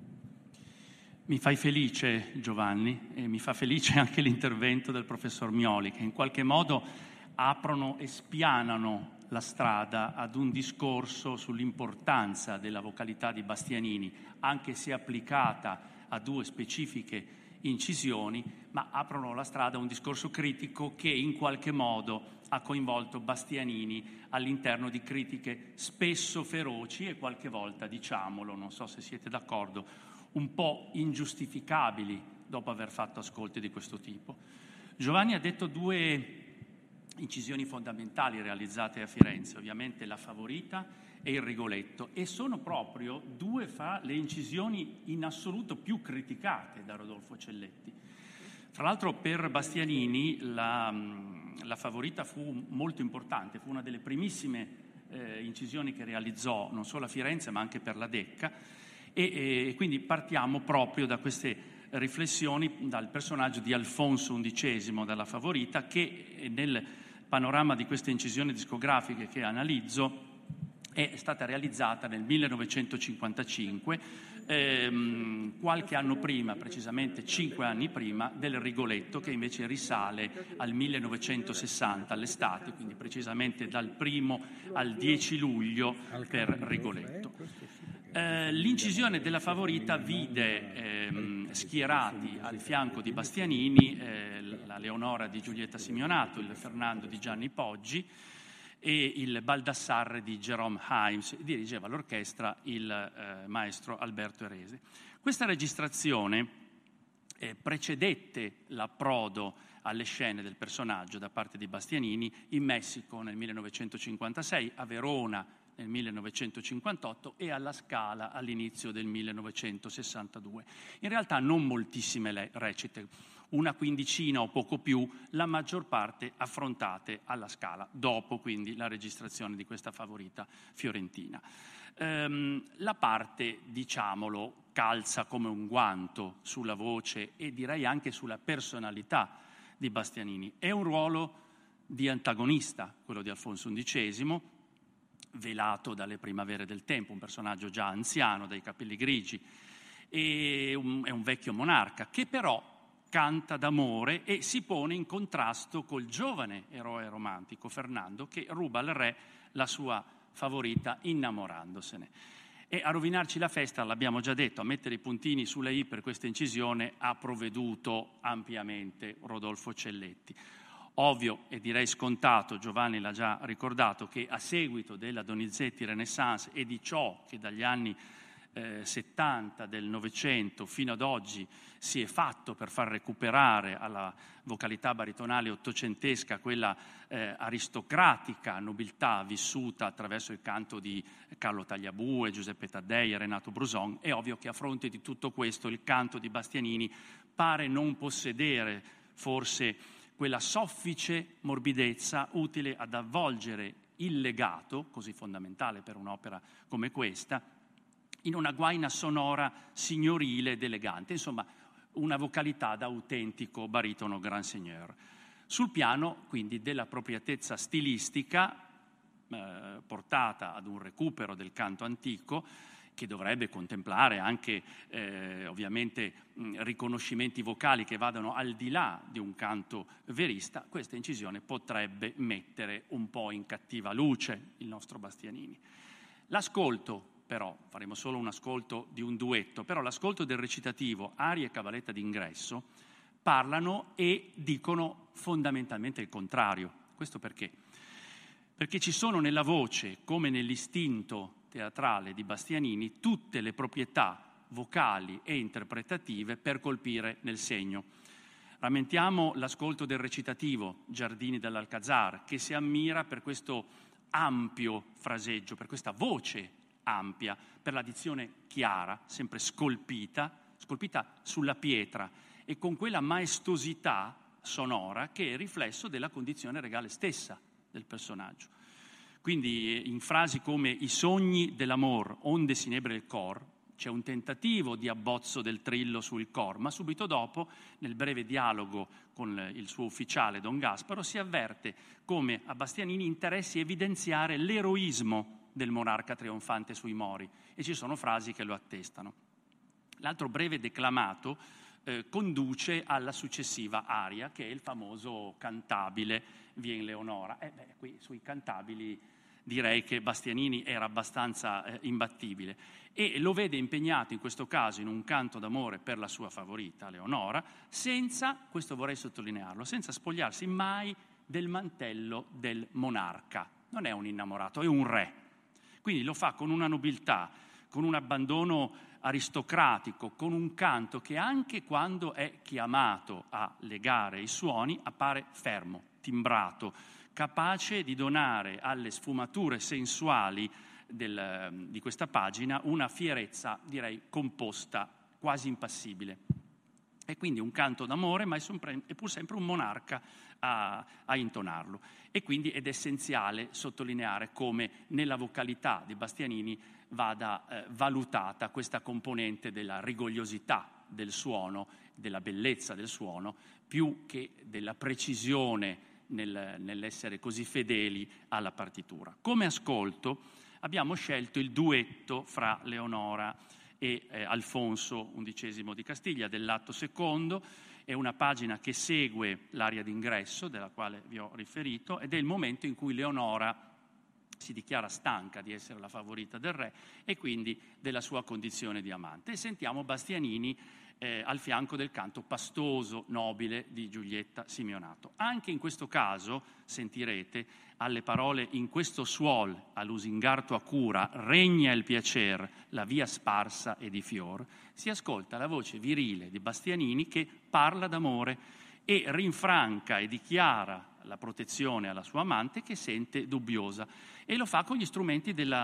J: Mi fai felice, Giovanni, e mi fa felice anche l'intervento del professor Mioli, che in qualche modo aprono e spianano la strada ad un discorso sull'importanza della vocalità di Bastianini, anche se applicata a due specifiche incisioni, ma aprono la strada a un discorso critico che in qualche modo ha coinvolto Bastianini all'interno di critiche spesso feroci e qualche volta, diciamolo, non so se siete d'accordo, un po' ingiustificabili dopo aver fatto ascolti di questo tipo. Giovanni ha detto due incisioni fondamentali realizzate a Firenze, ovviamente la Favorita e il Rigoletto, e sono proprio due fra le incisioni in assoluto più criticate da Rodolfo Celletti. Fra l'altro per Bastianini la Favorita fu molto importante, fu una delle primissime incisioni che realizzò non solo a Firenze ma anche per la Decca, e quindi partiamo proprio da queste riflessioni dal personaggio di Alfonso XI dalla Favorita, che nel panorama di queste incisioni discografiche che analizzo è stata realizzata nel 1955, qualche anno prima, precisamente 5 anni prima, del Rigoletto, che invece risale al 1960, all'estate, quindi precisamente dal 1° al 10 luglio per Rigoletto. L'incisione della Favorita vide schierati al fianco di Bastianini la Leonora di Giulietta Simeonato, il Fernando di Gianni Poggi e il Baldassarre di Jerome Himes. Dirigeva l'orchestra il maestro Alberto Erese. Questa registrazione precedette l'approdo alle scene del personaggio da parte di Bastianini in Messico nel 1956, a Verona nel 1958 e alla Scala all'inizio del 1962. In realtà non moltissime recite, una quindicina o poco più, la maggior parte affrontate alla Scala, dopo quindi la registrazione di questa Favorita fiorentina. La parte, diciamolo, calza come un guanto sulla voce e direi anche sulla personalità di Bastianini. È un ruolo di antagonista, quello di Alfonso XI, velato dalle primavere del tempo, un personaggio già anziano, dai capelli grigi, è un vecchio monarca che però canta d'amore e si pone in contrasto col giovane eroe romantico Fernando, che ruba al re la sua Favorita innamorandosene. E a rovinarci la festa, l'abbiamo già detto, a mettere i puntini sulle i per questa incisione ha provveduto ampiamente Rodolfo Celletti. Ovvio e direi scontato, Giovanni l'ha già ricordato, che a seguito della Donizetti Renaissance e di ciò che dagli anni 70 del Novecento fino ad oggi si è fatto per far recuperare alla vocalità baritonale ottocentesca quella aristocratica nobiltà vissuta attraverso il canto di Carlo Tagliabue, Giuseppe Taddei e Renato Bruson, è ovvio che a fronte di tutto questo il canto di Bastianini pare non possedere forse quella soffice morbidezza utile ad avvolgere il legato, così fondamentale per un'opera come questa, in una guaina sonora signorile ed elegante, insomma una vocalità da autentico baritono grand seigneur. Sul piano quindi dell'appropriatezza stilistica portata ad un recupero del canto antico, che dovrebbe contemplare anche ovviamente riconoscimenti vocali che vadano al di là di un canto verista, questa incisione potrebbe mettere un po' in cattiva luce il nostro Bastianini. L'ascolto però, faremo solo un ascolto di un duetto, però l'ascolto del recitativo Aria e Cavalletta d'ingresso parlano e dicono fondamentalmente il contrario. Questo perché? Perché ci sono nella voce, come nell'istinto teatrale di Bastianini, tutte le proprietà vocali e interpretative per colpire nel segno. Rammentiamo l'ascolto del recitativo Giardini dell'Alcazar, che si ammira per questo ampio fraseggio, per questa voce ampia, per la dizione chiara, sempre scolpita sulla pietra e con quella maestosità sonora che è riflesso della condizione regale stessa del personaggio. Quindi in frasi come i sogni dell'amor, onde si inebre il cor, c'è un tentativo di abbozzo del trillo sul cor, ma subito dopo, nel breve dialogo con il suo ufficiale Don Gasparo, si avverte come a Bastianini interessi evidenziare l'eroismo del monarca trionfante sui Mori, e ci sono frasi che lo attestano. L'altro breve declamato conduce alla successiva aria, che è il famoso cantabile Vien Leonora. Qui sui cantabili direi che Bastianini era abbastanza imbattibile, e lo vede impegnato in questo caso in un canto d'amore per la sua favorita Leonora, senza, questo vorrei sottolinearlo, senza spogliarsi mai del mantello del monarca. Non è un innamorato, è un re. Quindi lo fa con una nobiltà, con un abbandono aristocratico, con un canto che anche quando è chiamato a legare i suoni appare fermo, timbrato, capace di donare alle sfumature sensuali di questa pagina una fierezza, direi, composta, quasi impassibile. È quindi un canto d'amore, ma è pur sempre un monarca a intonarlo. E quindi ed essenziale sottolineare come nella vocalità di Bastianini vada valutata questa componente della rigogliosità del suono, della bellezza del suono, più che della precisione nell'essere così fedeli alla partitura. Come ascolto abbiamo scelto il duetto fra Leonora e Alfonso XI di Castiglia dell'atto secondo. È una pagina che segue l'aria d'ingresso della quale vi ho riferito, ed è il momento in cui Leonora si dichiara stanca di essere la favorita del re e quindi della sua condizione di amante. E sentiamo Bastianini al fianco del canto pastoso, nobile di Giulietta Simeonato. Anche in questo caso, sentirete, alle parole «in questo suol, a lusingar tua cura, regna il piacer, la via sparsa e di fior», si ascolta la voce virile di Bastianini che parla d'amore e rinfranca e dichiara la protezione alla sua amante che sente dubbiosa, e lo fa con gli strumenti di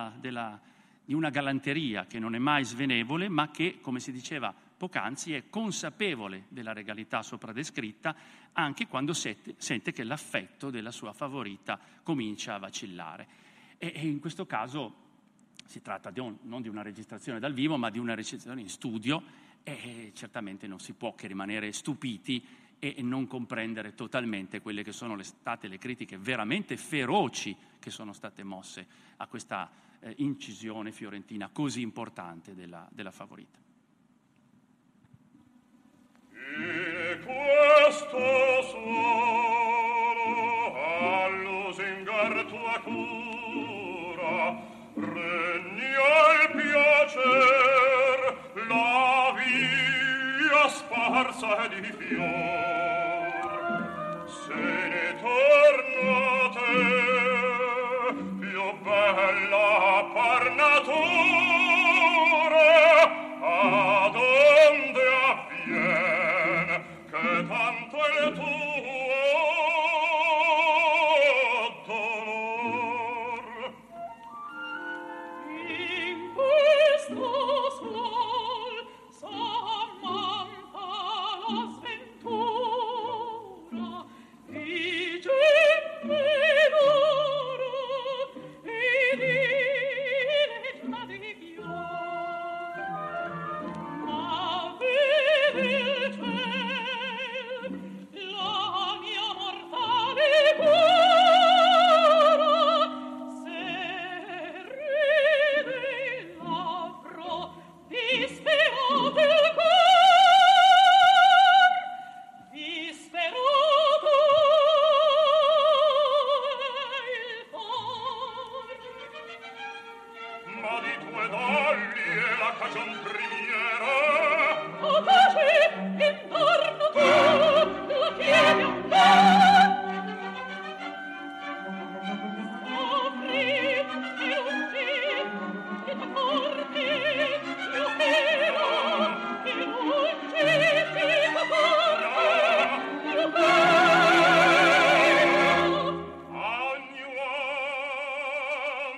J: una galanteria che non è mai svenevole, ma che, come si diceva poc'anzi, è consapevole della regalità sopra descritta anche quando sente che l'affetto della sua favorita comincia a vacillare. E in questo caso si tratta non di una registrazione dal vivo, ma di una registrazione in studio, e certamente non si può che rimanere stupiti e non comprendere totalmente quelle che sono state le critiche veramente feroci che sono state mosse a questa incisione fiorentina così importante della favorita.
A: E questo suolo a lusingar tua cura regna il piacer, la via sparsa e di fior, se ne tornate più bella par natura, adonde avvien che tanto il tuo dolor.
K: In questo suol s'ammanta la sventura, vige d'oro e diletta di fior, ma vede il ciel la mia mortale cura, se ride il labbro disperato il cor, disperato il cor.
A: Ma di tue dolli è la cagion primiera,
K: O pace intorno tu la chiedi ancor, soffri e lungi e t'accordi io chiedo, e lungi e t'accordi io chiedo.
A: ogni uom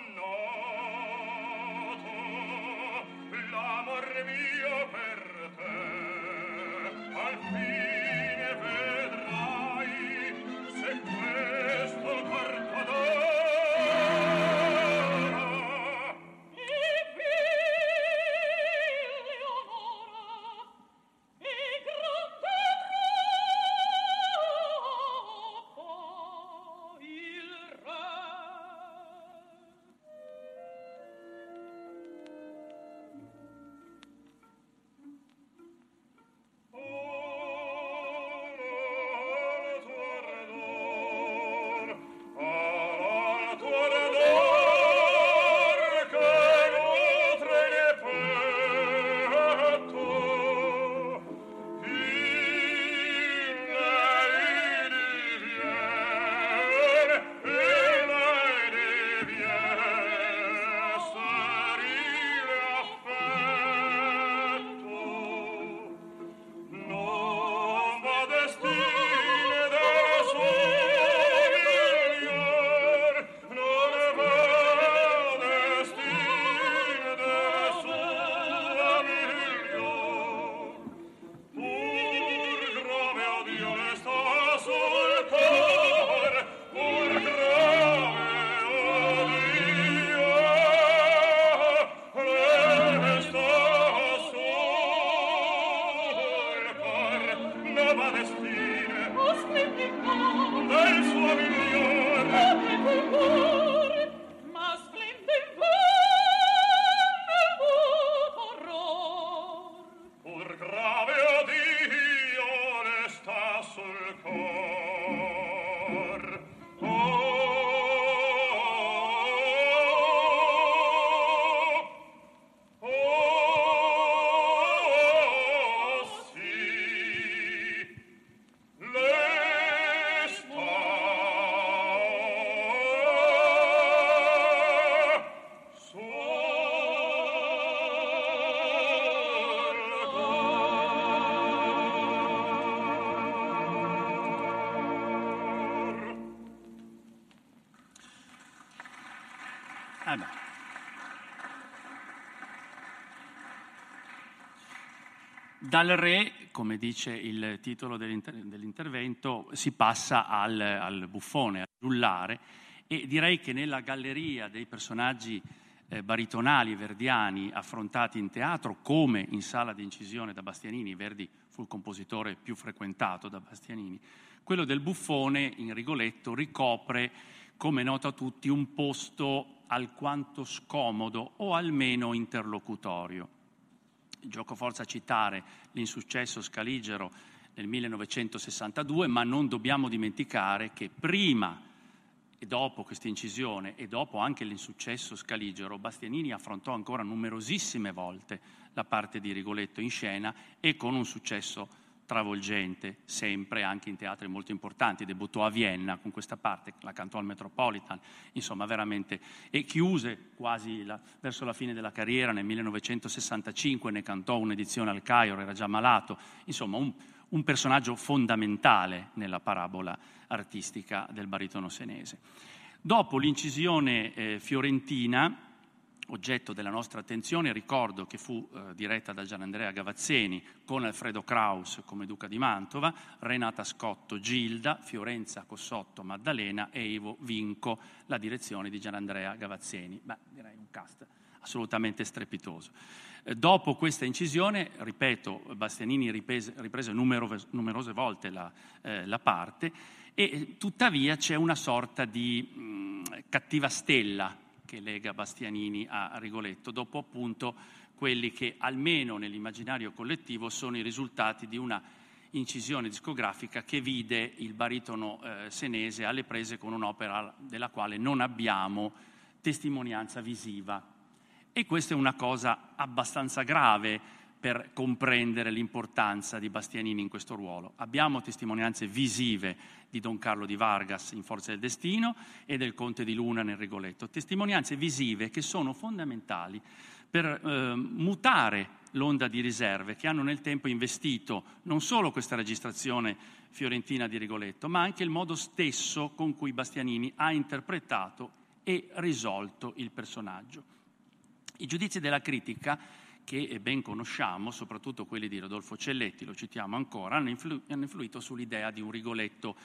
A: vannato, l'amor mio per te, al fine vedrai se questo cor t'adora.
J: Dal re, come dice il titolo dell'intervento, si passa al buffone, al giullare, e direi che nella galleria dei personaggi baritonali verdiani affrontati in teatro come in sala di incisione da Bastianini, Verdi fu il compositore più frequentato da Bastianini, quello del buffone in Rigoletto ricopre, come è noto a tutti, un posto alquanto scomodo o almeno interlocutorio. Gioco forza a citare l'insuccesso Scaligero nel 1962, ma non dobbiamo dimenticare che prima e dopo questa incisione e dopo anche l'insuccesso Scaligero, Bastianini affrontò ancora numerosissime volte la parte di Rigoletto in scena e con un successo travolgente, sempre anche in teatri molto importanti. Debuttò a Vienna con questa parte, la cantò al Metropolitan, insomma veramente, e chiuse quasi verso la fine della carriera nel 1965, ne cantò un'edizione al Cairo, era già malato, insomma un personaggio fondamentale nella parabola artistica del baritono senese. Dopo l'incisione fiorentina, oggetto della nostra attenzione, ricordo che fu diretta da Gianandrea Gavazzeni con Alfredo Kraus come Duca di Mantova, Renata Scotto Gilda, Fiorenza Cossotto Maddalena e Ivo Vinco, la direzione di Gianandrea Gavazzeni. Beh, direi un cast assolutamente strepitoso. Dopo questa incisione, ripeto, Bastianini riprese numerose volte la parte e tuttavia c'è una sorta di cattiva stella che lega Bastianini a Rigoletto, dopo appunto quelli che almeno nell'immaginario collettivo sono i risultati di una incisione discografica che vide il baritono senese alle prese con un'opera della quale non abbiamo testimonianza visiva. E questa è una cosa abbastanza grave per comprendere l'importanza di Bastianini in questo ruolo. Abbiamo testimonianze visive di Don Carlo di Vargas in Forza del Destino e del Conte di Luna nel Rigoletto, testimonianze visive che sono fondamentali per mutare l'onda di riserve che hanno nel tempo investito non solo questa registrazione fiorentina di Rigoletto, ma anche il modo stesso con cui Bastianini ha interpretato e risolto il personaggio. I giudizi della critica, che ben conosciamo, soprattutto quelli di Rodolfo Celletti, lo citiamo ancora, hanno influito sull'idea di un Rigoletto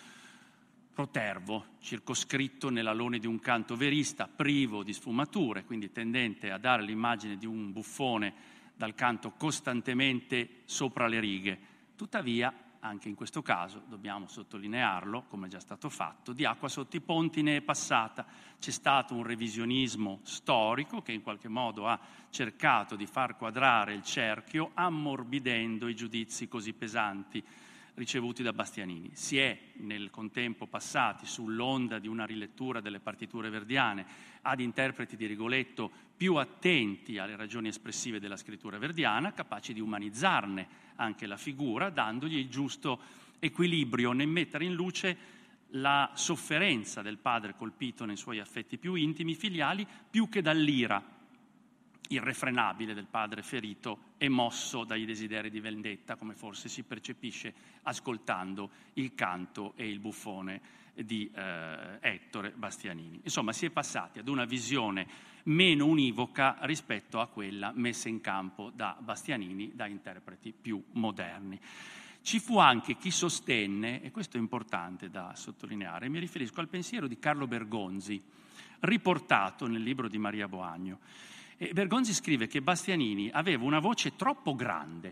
J: protervo, circoscritto nell'alone di un canto verista, privo di sfumature, quindi tendente a dare l'immagine di un buffone dal canto costantemente sopra le righe. Tuttavia, anche in questo caso, dobbiamo sottolinearlo, come è già stato fatto, di acqua sotto i ponti ne è passata. C'è stato un revisionismo storico che in qualche modo ha cercato di far quadrare il cerchio, ammorbidendo i giudizi così pesanti ricevuti da Bastianini. Si è nel contempo passati sull'onda di una rilettura delle partiture verdiane ad interpreti di Rigoletto più attenti alle ragioni espressive della scrittura verdiana, capaci di umanizzarne anche la figura, dandogli il giusto equilibrio nel mettere in luce la sofferenza del padre colpito nei suoi affetti più intimi, filiali, più che dall'ira irrefrenabile del padre ferito e mosso dai desideri di vendetta, come forse si percepisce ascoltando il canto e il buffone di Ettore Bastianini. Insomma, si è passati ad una visione meno univoca rispetto a quella messa in campo da Bastianini, da interpreti più moderni. Ci fu anche chi sostenne, e questo è importante da sottolineare, mi riferisco al pensiero di Carlo Bergonzi, riportato nel libro di Maria Boagno. E Bergonzi scrive che Bastianini aveva una voce troppo grande,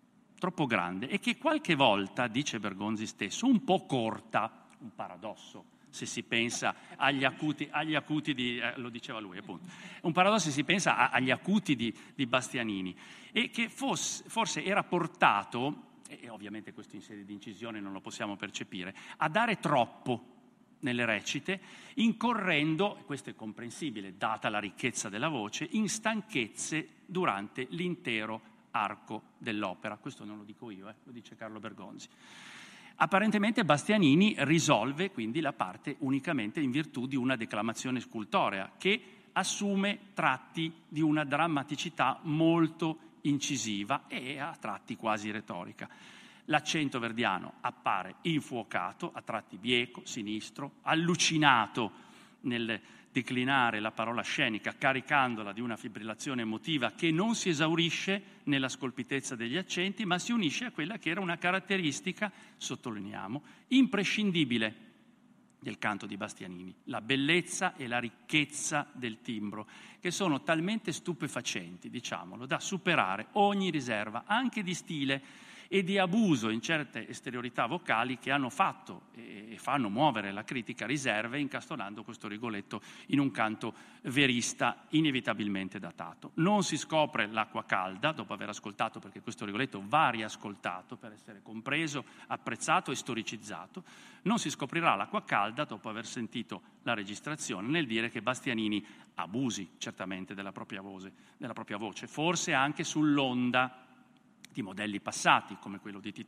J: e che qualche volta, dice Bergonzi stesso, un po' corta, un paradosso se si pensa agli acuti di, lo diceva lui appunto, un paradosso se si pensa agli acuti di Bastianini, e che forse era portato, e ovviamente questo in sede di incisione non lo possiamo percepire, a dare troppo nelle recite, incorrendo, e questo è comprensibile data la ricchezza della voce, in stanchezze durante l'intero arco dell'opera. Questo non lo dico io, lo dice Carlo Bergonzi. Apparentemente Bastianini risolve quindi la parte unicamente in virtù di una declamazione scultorea che assume tratti di una drammaticità molto incisiva e a tratti quasi retorica. L'accento verdiano appare infuocato, a tratti bieco, sinistro, allucinato declinare la parola scenica caricandola di una fibrillazione emotiva che non si esaurisce nella scolpitezza degli accenti, ma si unisce a quella che era una caratteristica, sottolineiamo, imprescindibile del canto di Bastianini, la bellezza e la ricchezza del timbro, che sono talmente stupefacenti, diciamolo, da superare ogni riserva, anche di stile e di abuso in certe esteriorità vocali che hanno fatto e fanno muovere la critica riserve, incastonando questo Rigoletto in un canto verista inevitabilmente datato. Non si scopre l'acqua calda dopo aver ascoltato, perché questo Rigoletto va riascoltato per essere compreso, apprezzato e storicizzato. Non si scoprirà l'acqua calda dopo aver sentito la registrazione, nel dire che Bastianini abusi certamente della propria voce, forse anche sull'onda di modelli passati come quello di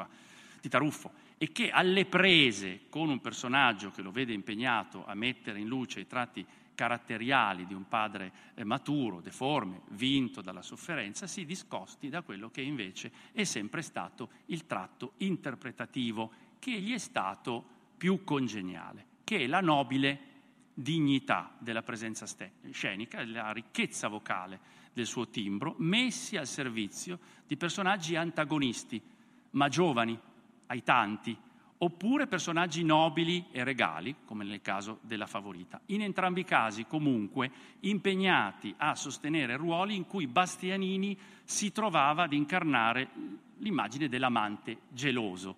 J: Titaruffo, e che alle prese con un personaggio che lo vede impegnato a mettere in luce i tratti caratteriali di un padre maturo, deforme, vinto dalla sofferenza, si discosti da quello che invece è sempre stato il tratto interpretativo che gli è stato più congeniale, che è la nobile dignità della presenza scenica, la ricchezza vocale del suo timbro, messi al servizio di personaggi antagonisti, ma giovani, aitanti, oppure personaggi nobili e regali, come nel caso della Favorita. In entrambi i casi, comunque, impegnati a sostenere ruoli in cui Bastianini si trovava ad incarnare l'immagine dell'amante geloso.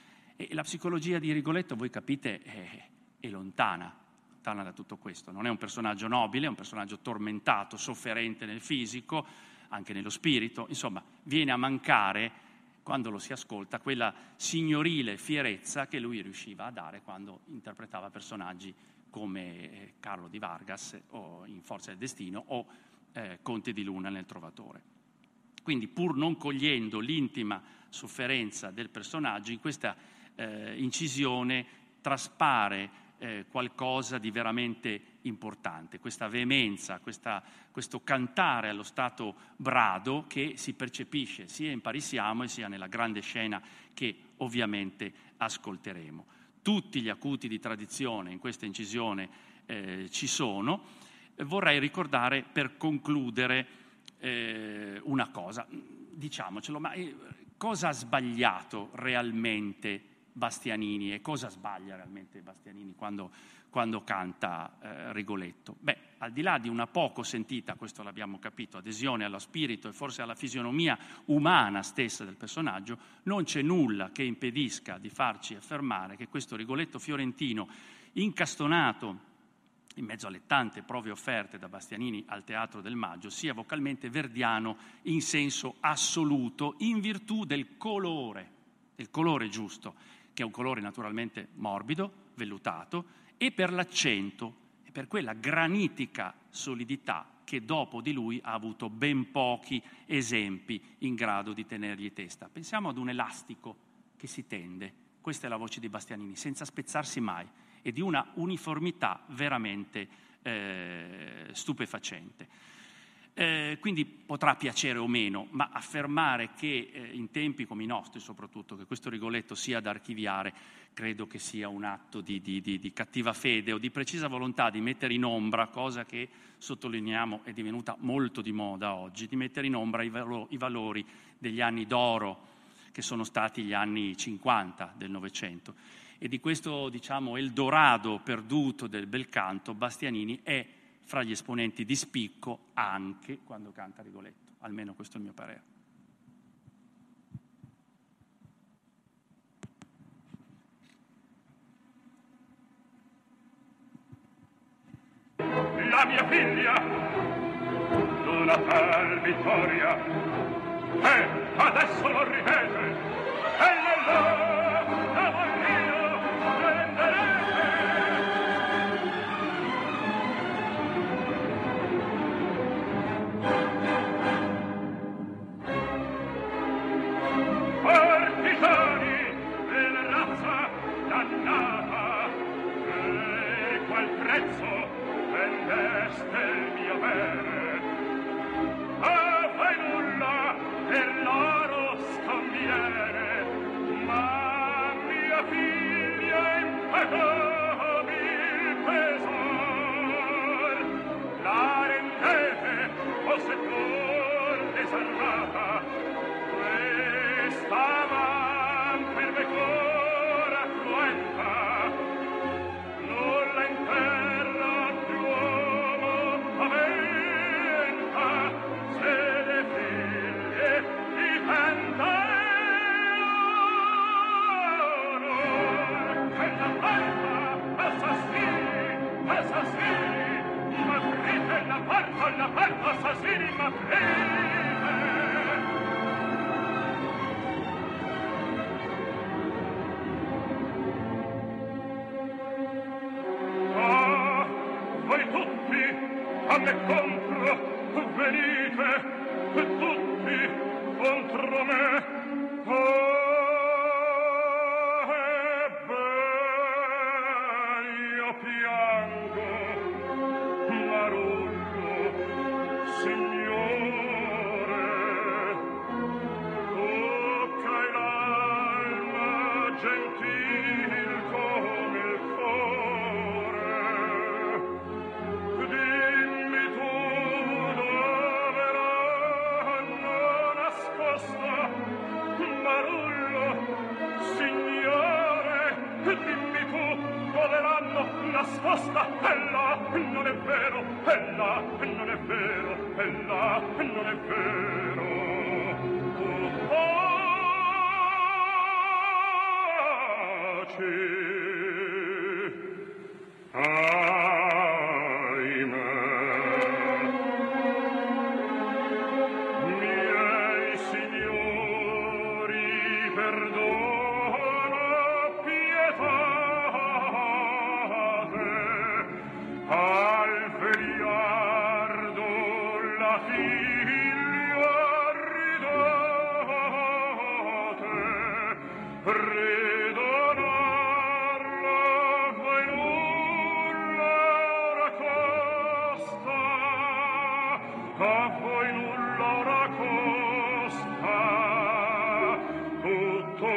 J: E la psicologia di Rigoletto, voi capite, è lontana da tutto questo. Non è un personaggio nobile, è un personaggio tormentato, sofferente nel fisico, anche nello spirito. Insomma, viene a mancare, quando lo si ascolta, quella signorile fierezza che lui riusciva a dare quando interpretava personaggi come Carlo di Vargas o in Forza del Destino o Conte di Luna nel Trovatore. Quindi, pur non cogliendo l'intima sofferenza del personaggio, in questa incisione traspare qualcosa di veramente importante, questa veemenza, questo cantare allo stato brado che si percepisce sia in Parisiamo e sia nella grande scena che ovviamente ascolteremo. Tutti gli acuti di tradizione in questa incisione ci sono. Vorrei ricordare per concludere una cosa, diciamocelo, ma cosa ha sbagliato realmente Bastianini e cosa sbaglia realmente Bastianini quando canta Rigoletto? Beh, al di là di una poco sentita, questo l'abbiamo capito, adesione allo spirito e forse alla fisionomia umana stessa del personaggio, non c'è nulla che impedisca di farci affermare che questo Rigoletto fiorentino, incastonato in mezzo alle tante prove offerte da Bastianini al Teatro del Maggio, sia vocalmente verdiano in senso assoluto, in virtù del colore giusto, che è un colore naturalmente morbido, vellutato, e per l'accento e per quella granitica solidità che dopo di lui ha avuto ben pochi esempi in grado di tenergli testa. Pensiamo ad un elastico che si tende, questa è la voce di Bastianini, senza spezzarsi mai, e di una uniformità veramente stupefacente. Quindi potrà piacere o meno, ma affermare che in tempi come i nostri soprattutto, che questo Rigoletto sia da archiviare, credo che sia un atto di cattiva fede o di precisa volontà di mettere in ombra, cosa che sottolineiamo è divenuta molto di moda oggi, di mettere in ombra i valori degli anni d'oro che sono stati gli anni 50 del Novecento. E di questo, diciamo, Eldorado perduto del bel canto, Bastianini è fra gli esponenti di spicco anche quando canta Rigoletto, almeno questo è il mio parere.
A: La mia figlia d'una tal vittoria adesso lo ripete e l'amor mio prenderete. Partigiani della razza dannata, per qual prezzo vendeste il mio bene? A fai nulla e l'oro sconviene, ma mia figlia impagò il peso. gentil come il cuore. Dimmi tu dove l'hanno nascosta, Marullo, signore, dimmi tu dove l'hanno nascosta. E là non è vero, e là non è vero, e là non è vero. Miei signori, perdono, pietate, al vegliardo la figlia ridate, ridonarla voi nulla raccosta, a voi nulla raccosta, tutto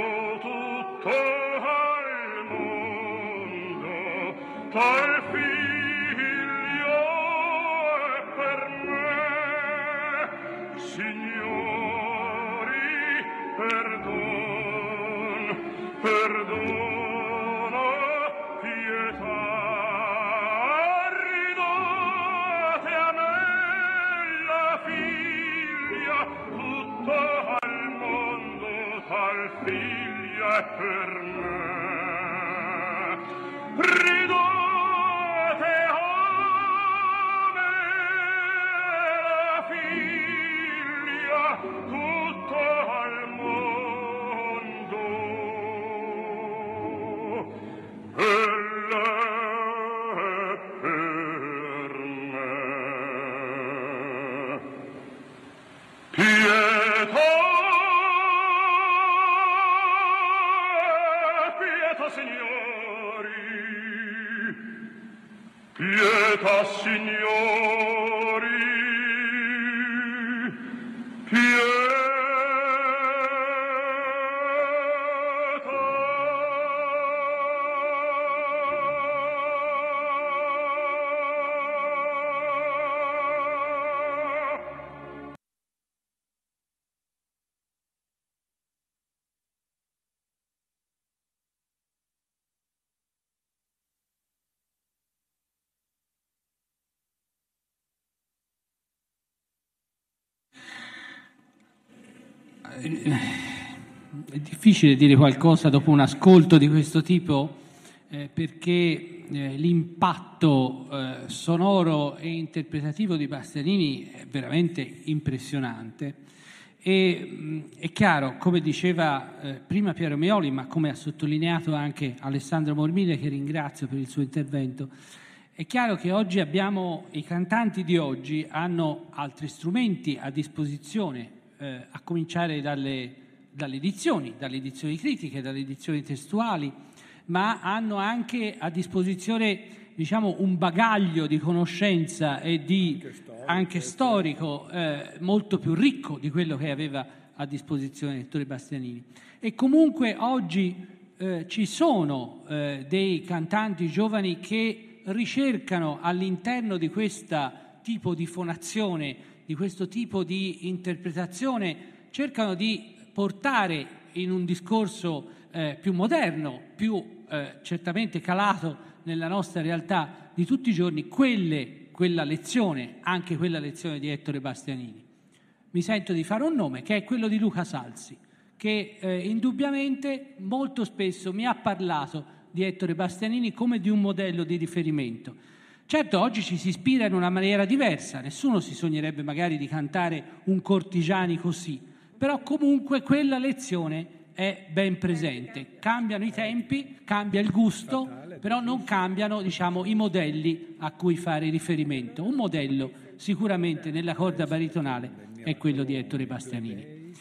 A: al mondo, tal figlio è per me. Signori, perdono, pietà, ridate a me la figlia, tutto al mondo tal figlia è per me. Ridate a me la figlia, tutto al mondo. Ella è per me. Pietà, pietà, signori, pietà, signori,
F: È difficile dire qualcosa dopo un ascolto di questo tipo perché l'impatto sonoro e interpretativo di Bastianini è veramente impressionante e è chiaro, come diceva prima Piero Meoli, ma come ha sottolineato anche Alessandro Mormile, che ringrazio per il suo intervento, è chiaro che oggi i cantanti di oggi hanno altri strumenti a disposizione, a cominciare dalle edizioni critiche, dalle edizioni testuali, ma hanno anche a disposizione, diciamo, un bagaglio di conoscenza e anche storico molto più ricco di quello che aveva a disposizione Ettore Bastianini. E comunque oggi ci sono dei cantanti giovani che ricercano all'interno di questo tipo di fonazione, di questo tipo di interpretazione, cercano di portare in un discorso più moderno, più certamente calato nella nostra realtà di tutti i giorni, quella lezione, anche quella lezione di Ettore Bastianini. Mi sento di fare un nome, che è quello di Luca Salsi, che indubbiamente molto spesso mi ha parlato di Ettore Bastianini come di un modello di riferimento. Certo, oggi ci si ispira in una maniera diversa, nessuno si sognerebbe magari di cantare un Cortigiani così, però comunque quella lezione è ben presente. Cambiano i tempi, cambia il gusto, però non cambiano, diciamo, i modelli a cui fare riferimento. Un modello sicuramente nella corda baritonale è quello di Ettore Bastianini.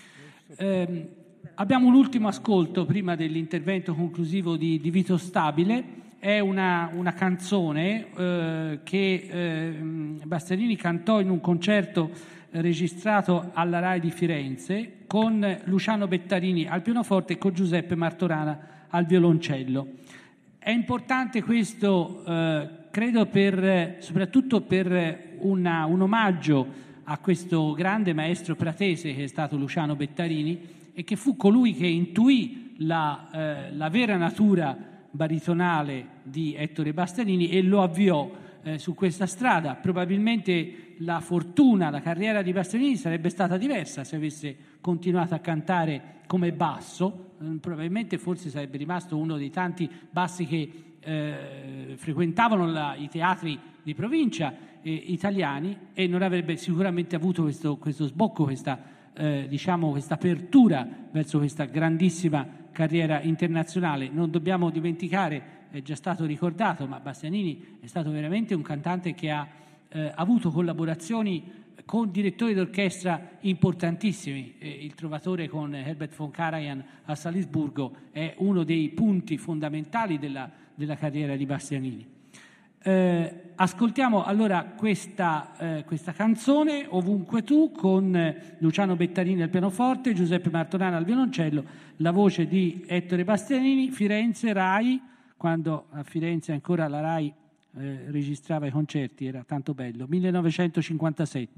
F: Abbiamo un ultimo ascolto prima dell'intervento conclusivo di Vito Stabile. È una canzone che Bastianini cantò in un concerto registrato alla RAI di Firenze con Luciano Bettarini al pianoforte e con Giuseppe Martorana al violoncello. È importante questo, credo, soprattutto per un omaggio a questo grande maestro pratese che è stato Luciano Bettarini, e che fu colui che intuì la vera natura baritonale di Ettore Bastianini e lo avviò su questa strada. Probabilmente la carriera di Bastianini sarebbe stata diversa se avesse continuato a cantare come basso. Probabilmente forse sarebbe rimasto uno dei tanti bassi che frequentavano i teatri di provincia italiani, e non avrebbe sicuramente avuto questo sbocco, questa apertura verso questa grandissima carriera internazionale. Non dobbiamo dimenticare, è già stato ricordato, ma Bastianini è stato veramente un cantante che ha avuto collaborazioni con direttori d'orchestra importantissimi. Il Trovatore con Herbert von Karajan a Salisburgo è uno dei punti fondamentali della carriera di Bastianini. Ascoltiamo allora questa canzone, Ovunque tu, con Luciano Bettarini al pianoforte, Giuseppe Martorana al violoncello, la voce di Ettore Bastianini, Firenze, Rai, quando a Firenze ancora la Rai registrava i concerti, era tanto bello, 1957.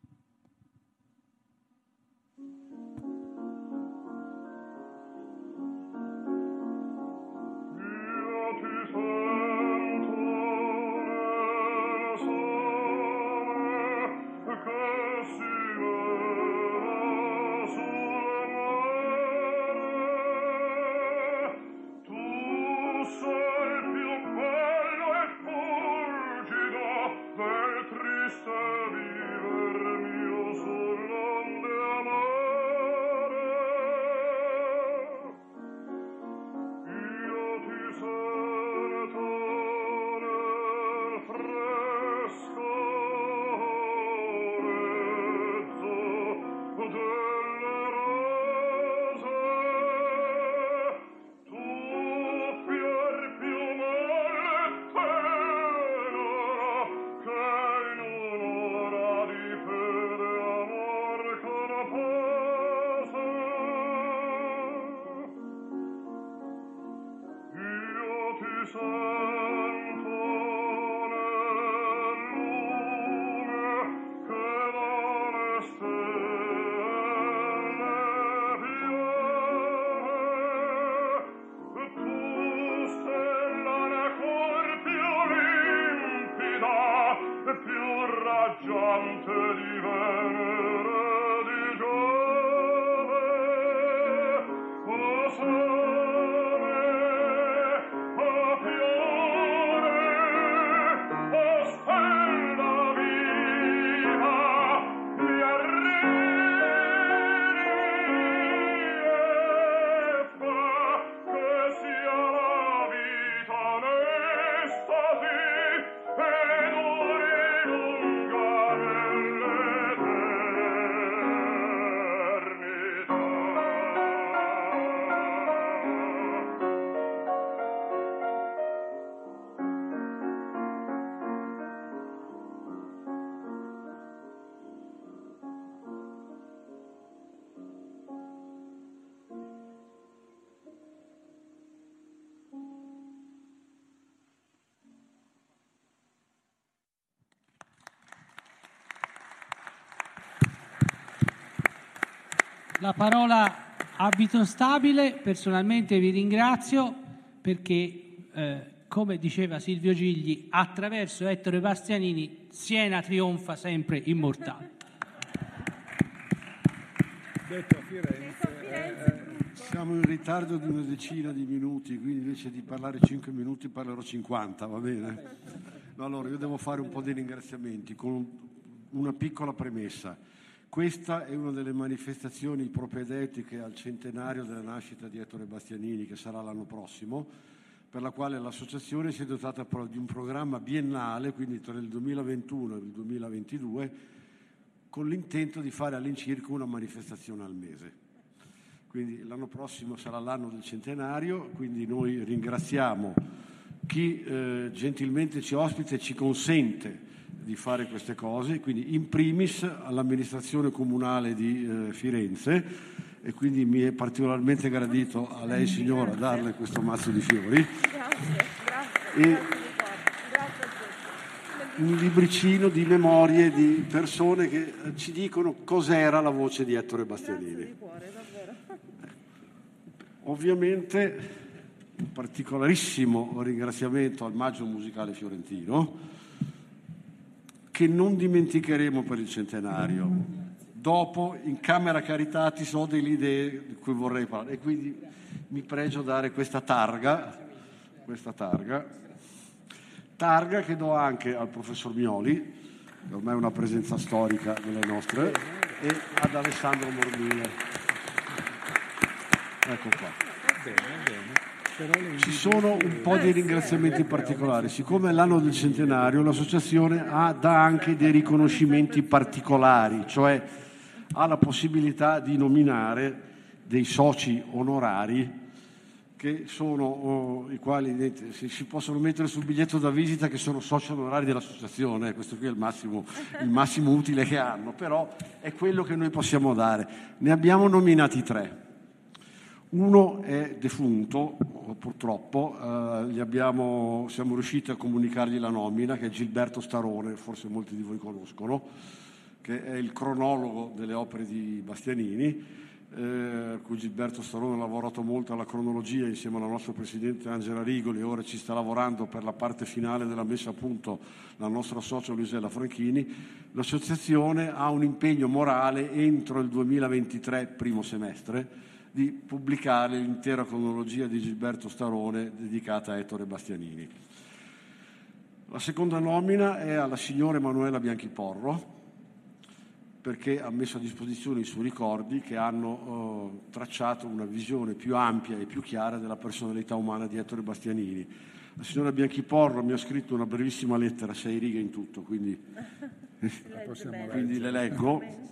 F: La parola Abito Stabile. Personalmente vi ringrazio perché, come diceva Silvio Gigli, attraverso Ettore Bastianini Siena trionfa sempre immortale.
I: Detto a Firenze,
E: siamo in ritardo di una decina di minuti, quindi invece di parlare 5 minuti parlerò 50, va bene? No, allora io devo fare un po' di ringraziamenti con una piccola premessa. Questa è una delle manifestazioni propedeutiche al centenario della nascita di Ettore Bastianini, che sarà l'anno prossimo, per la quale l'associazione si è dotata di un programma biennale, quindi tra il 2021 e il 2022, con l'intento di fare all'incirca una manifestazione al mese. Quindi l'anno prossimo sarà l'anno del centenario, quindi noi ringraziamo chi gentilmente ci ospita e ci consente di fare queste cose, quindi in primis all'amministrazione comunale di Firenze e quindi mi è particolarmente gradito a lei, signora, darle questo mazzo di fiori.
H: Grazie.
E: Un libricino di memorie di persone che ci dicono cos'era la voce di Ettore Bastianini. Ovviamente un particolarissimo ringraziamento al Maggio Musicale Fiorentino, che non dimenticheremo per il centenario. Dopo, in Camera Caritatis, ho delle idee di cui vorrei parlare, e quindi mi pregio dare questa targa che do anche al professor Mioli, che ormai è una presenza storica delle nostre, e ad Alessandro Mormile. Ecco qua. Ci sono un po' di ringraziamenti particolari. Siccome è l'anno del centenario, l'associazione dà anche dei riconoscimenti particolari, cioè ha la possibilità di nominare dei soci onorari, che sono i quali si possono mettere sul biglietto da visita, che sono soci onorari dell'associazione. Questo qui è il massimo utile che hanno, però è quello che noi possiamo dare. Ne abbiamo nominati 3. Uno è defunto, purtroppo, siamo riusciti a comunicargli la nomina, che è Gilberto Starone, forse molti di voi conoscono, che è il cronologo delle opere di Bastianini, cui Gilberto Starone ha lavorato molto alla cronologia insieme alla nostra presidente Angela Rigoli, e ora ci sta lavorando per la parte finale della messa a punto la nostra socia Luisella Franchini. L'associazione ha un impegno morale entro il 2023, primo semestre, di pubblicare l'intera cronologia di Gilberto Starone dedicata a Ettore Bastianini. La seconda nomina è alla signora Emanuela Bianchiporro, perché ha messo a disposizione i suoi ricordi, che hanno tracciato una visione più ampia e più chiara della personalità umana di Ettore Bastianini. La signora Bianchiporro mi ha scritto una brevissima lettera, 6 righe in tutto, quindi le leggo.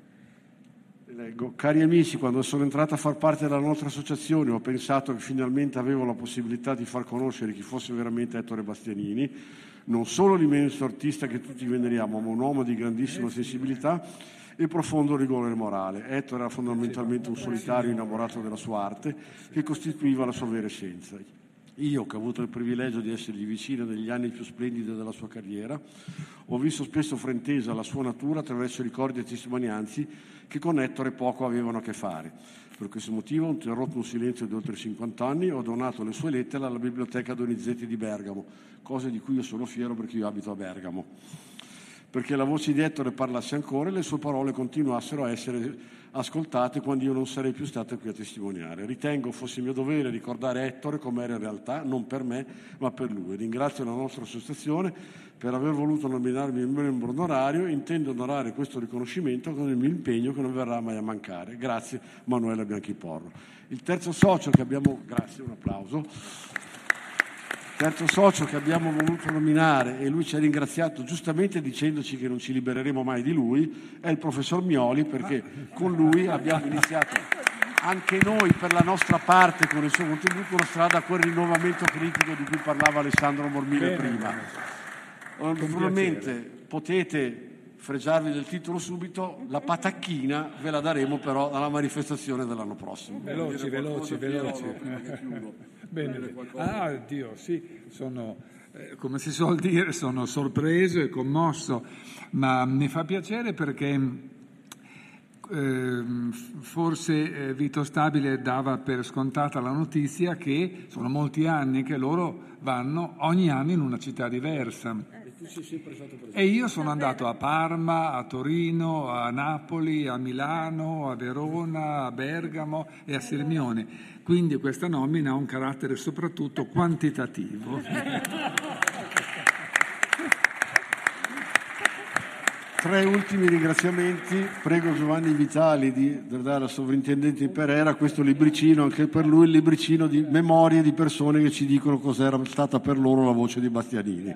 E: Cari amici, quando sono entrata a far parte della nostra associazione ho pensato che finalmente avevo la possibilità di far conoscere chi fosse veramente Ettore Bastianini, non solo l'immenso artista che tutti veneriamo, ma un uomo di grandissima sensibilità e profondo rigore morale. Ettore era fondamentalmente un solitario innamorato della sua arte, che costituiva la sua vera essenza. Io, che ho avuto il privilegio di essergli vicino negli anni più splendidi della sua carriera, ho visto spesso fraintesa la sua natura attraverso ricordi e testimonianze che con Ettore poco avevano a che fare. Per questo motivo ho interrotto un silenzio di oltre 50 anni e ho donato le sue lettere alla Biblioteca Donizetti di Bergamo, cosa di cui io sono fiero perché io abito a Bergamo. Perché la voce di Ettore parlasse ancora e le sue parole continuassero a essere ascoltate quando io non sarei più stato qui a testimoniare. Ritengo fosse mio dovere ricordare Ettore come era in realtà, non per me, ma per lui. Ringrazio la nostra associazione per aver voluto nominarmi membro onorario e intendo onorare questo riconoscimento con il mio impegno che non verrà mai a mancare. Grazie Manuela Bianchiporro. Il terzo socio che abbiamo... Grazie, un applauso. Terzo socio che abbiamo voluto nominare, e lui ci ha ringraziato giustamente dicendoci che non ci libereremo mai di lui, è il professor Mioli, perché con lui abbiamo iniziato anche noi per la nostra parte, con il suo contributo, una strada a quel rinnovamento critico di cui parlava Alessandro Mormile prima. Naturalmente potete fregiarvi del titolo subito, la patacchina ve la daremo però alla manifestazione dell'anno prossimo.
I: Veloci. Bene. Dio, sì, sono, come si suol dire, sono sorpreso e commosso, ma mi fa piacere perché forse Vito Stabile dava per scontata la notizia che sono molti anni che loro vanno ogni anno in una città diversa. E io sono andato a Parma, a Torino, a Napoli, a Milano, a Verona, a Bergamo e a Sirmione. Quindi questa nomina ha un carattere soprattutto quantitativo.
E: 3 ultimi ringraziamenti. Prego Giovanni Vitali di dare al sovrintendente Perera questo libricino, anche per lui il libricino di memorie di persone che ci dicono cos'era stata per loro la voce di Bastianini.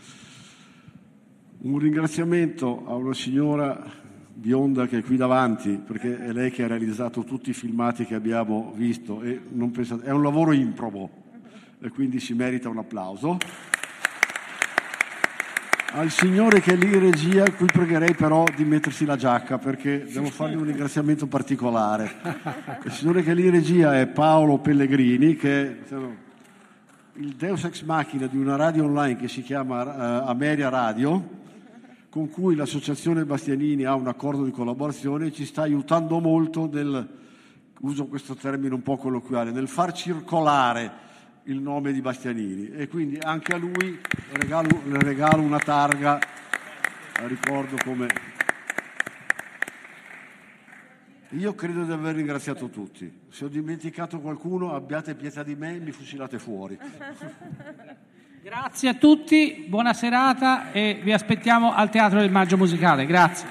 E: Un ringraziamento a una signora bionda che è qui davanti, perché è lei che ha realizzato tutti i filmati che abbiamo visto e non pensate, è un lavoro improbo e quindi si merita un applauso. Al signore che è lì in regia, qui pregherei però di mettersi la giacca perché devo fargli un ringraziamento particolare. Il signore che è lì in regia è Paolo Pellegrini, che è il deus ex machina di una radio online che si chiama Ameria Radio, con cui l'associazione Bastianini ha un accordo di collaborazione e ci sta aiutando molto uso questo termine un po' colloquiale, nel far circolare il nome di Bastianini, e quindi anche a lui le regalo una targa a ricordo. Come io credo di aver ringraziato tutti. Se ho dimenticato qualcuno, abbiate pietà di me e mi fucilate fuori.
F: Grazie a tutti, buona serata e vi aspettiamo al Teatro del Maggio Musicale. Grazie.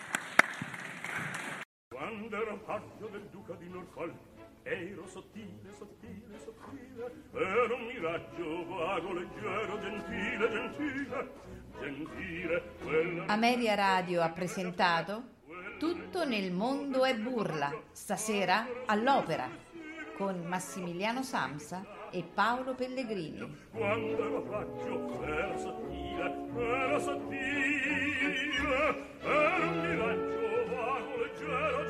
A: Quando ero paggio del duca di Norfolk, ero sottile, sottile, sottile, ero un miraggio vago, leggero, gentile, gentile, gentile.
B: Ameria Radio ha presentato Tutto nel mondo è burla, stasera all'Opera, con Massimiliano Samsa e Paolo Pellegrini.
A: Quando ero paggio, ero sottile, ero sottile, ero un miraggio vago, leggero,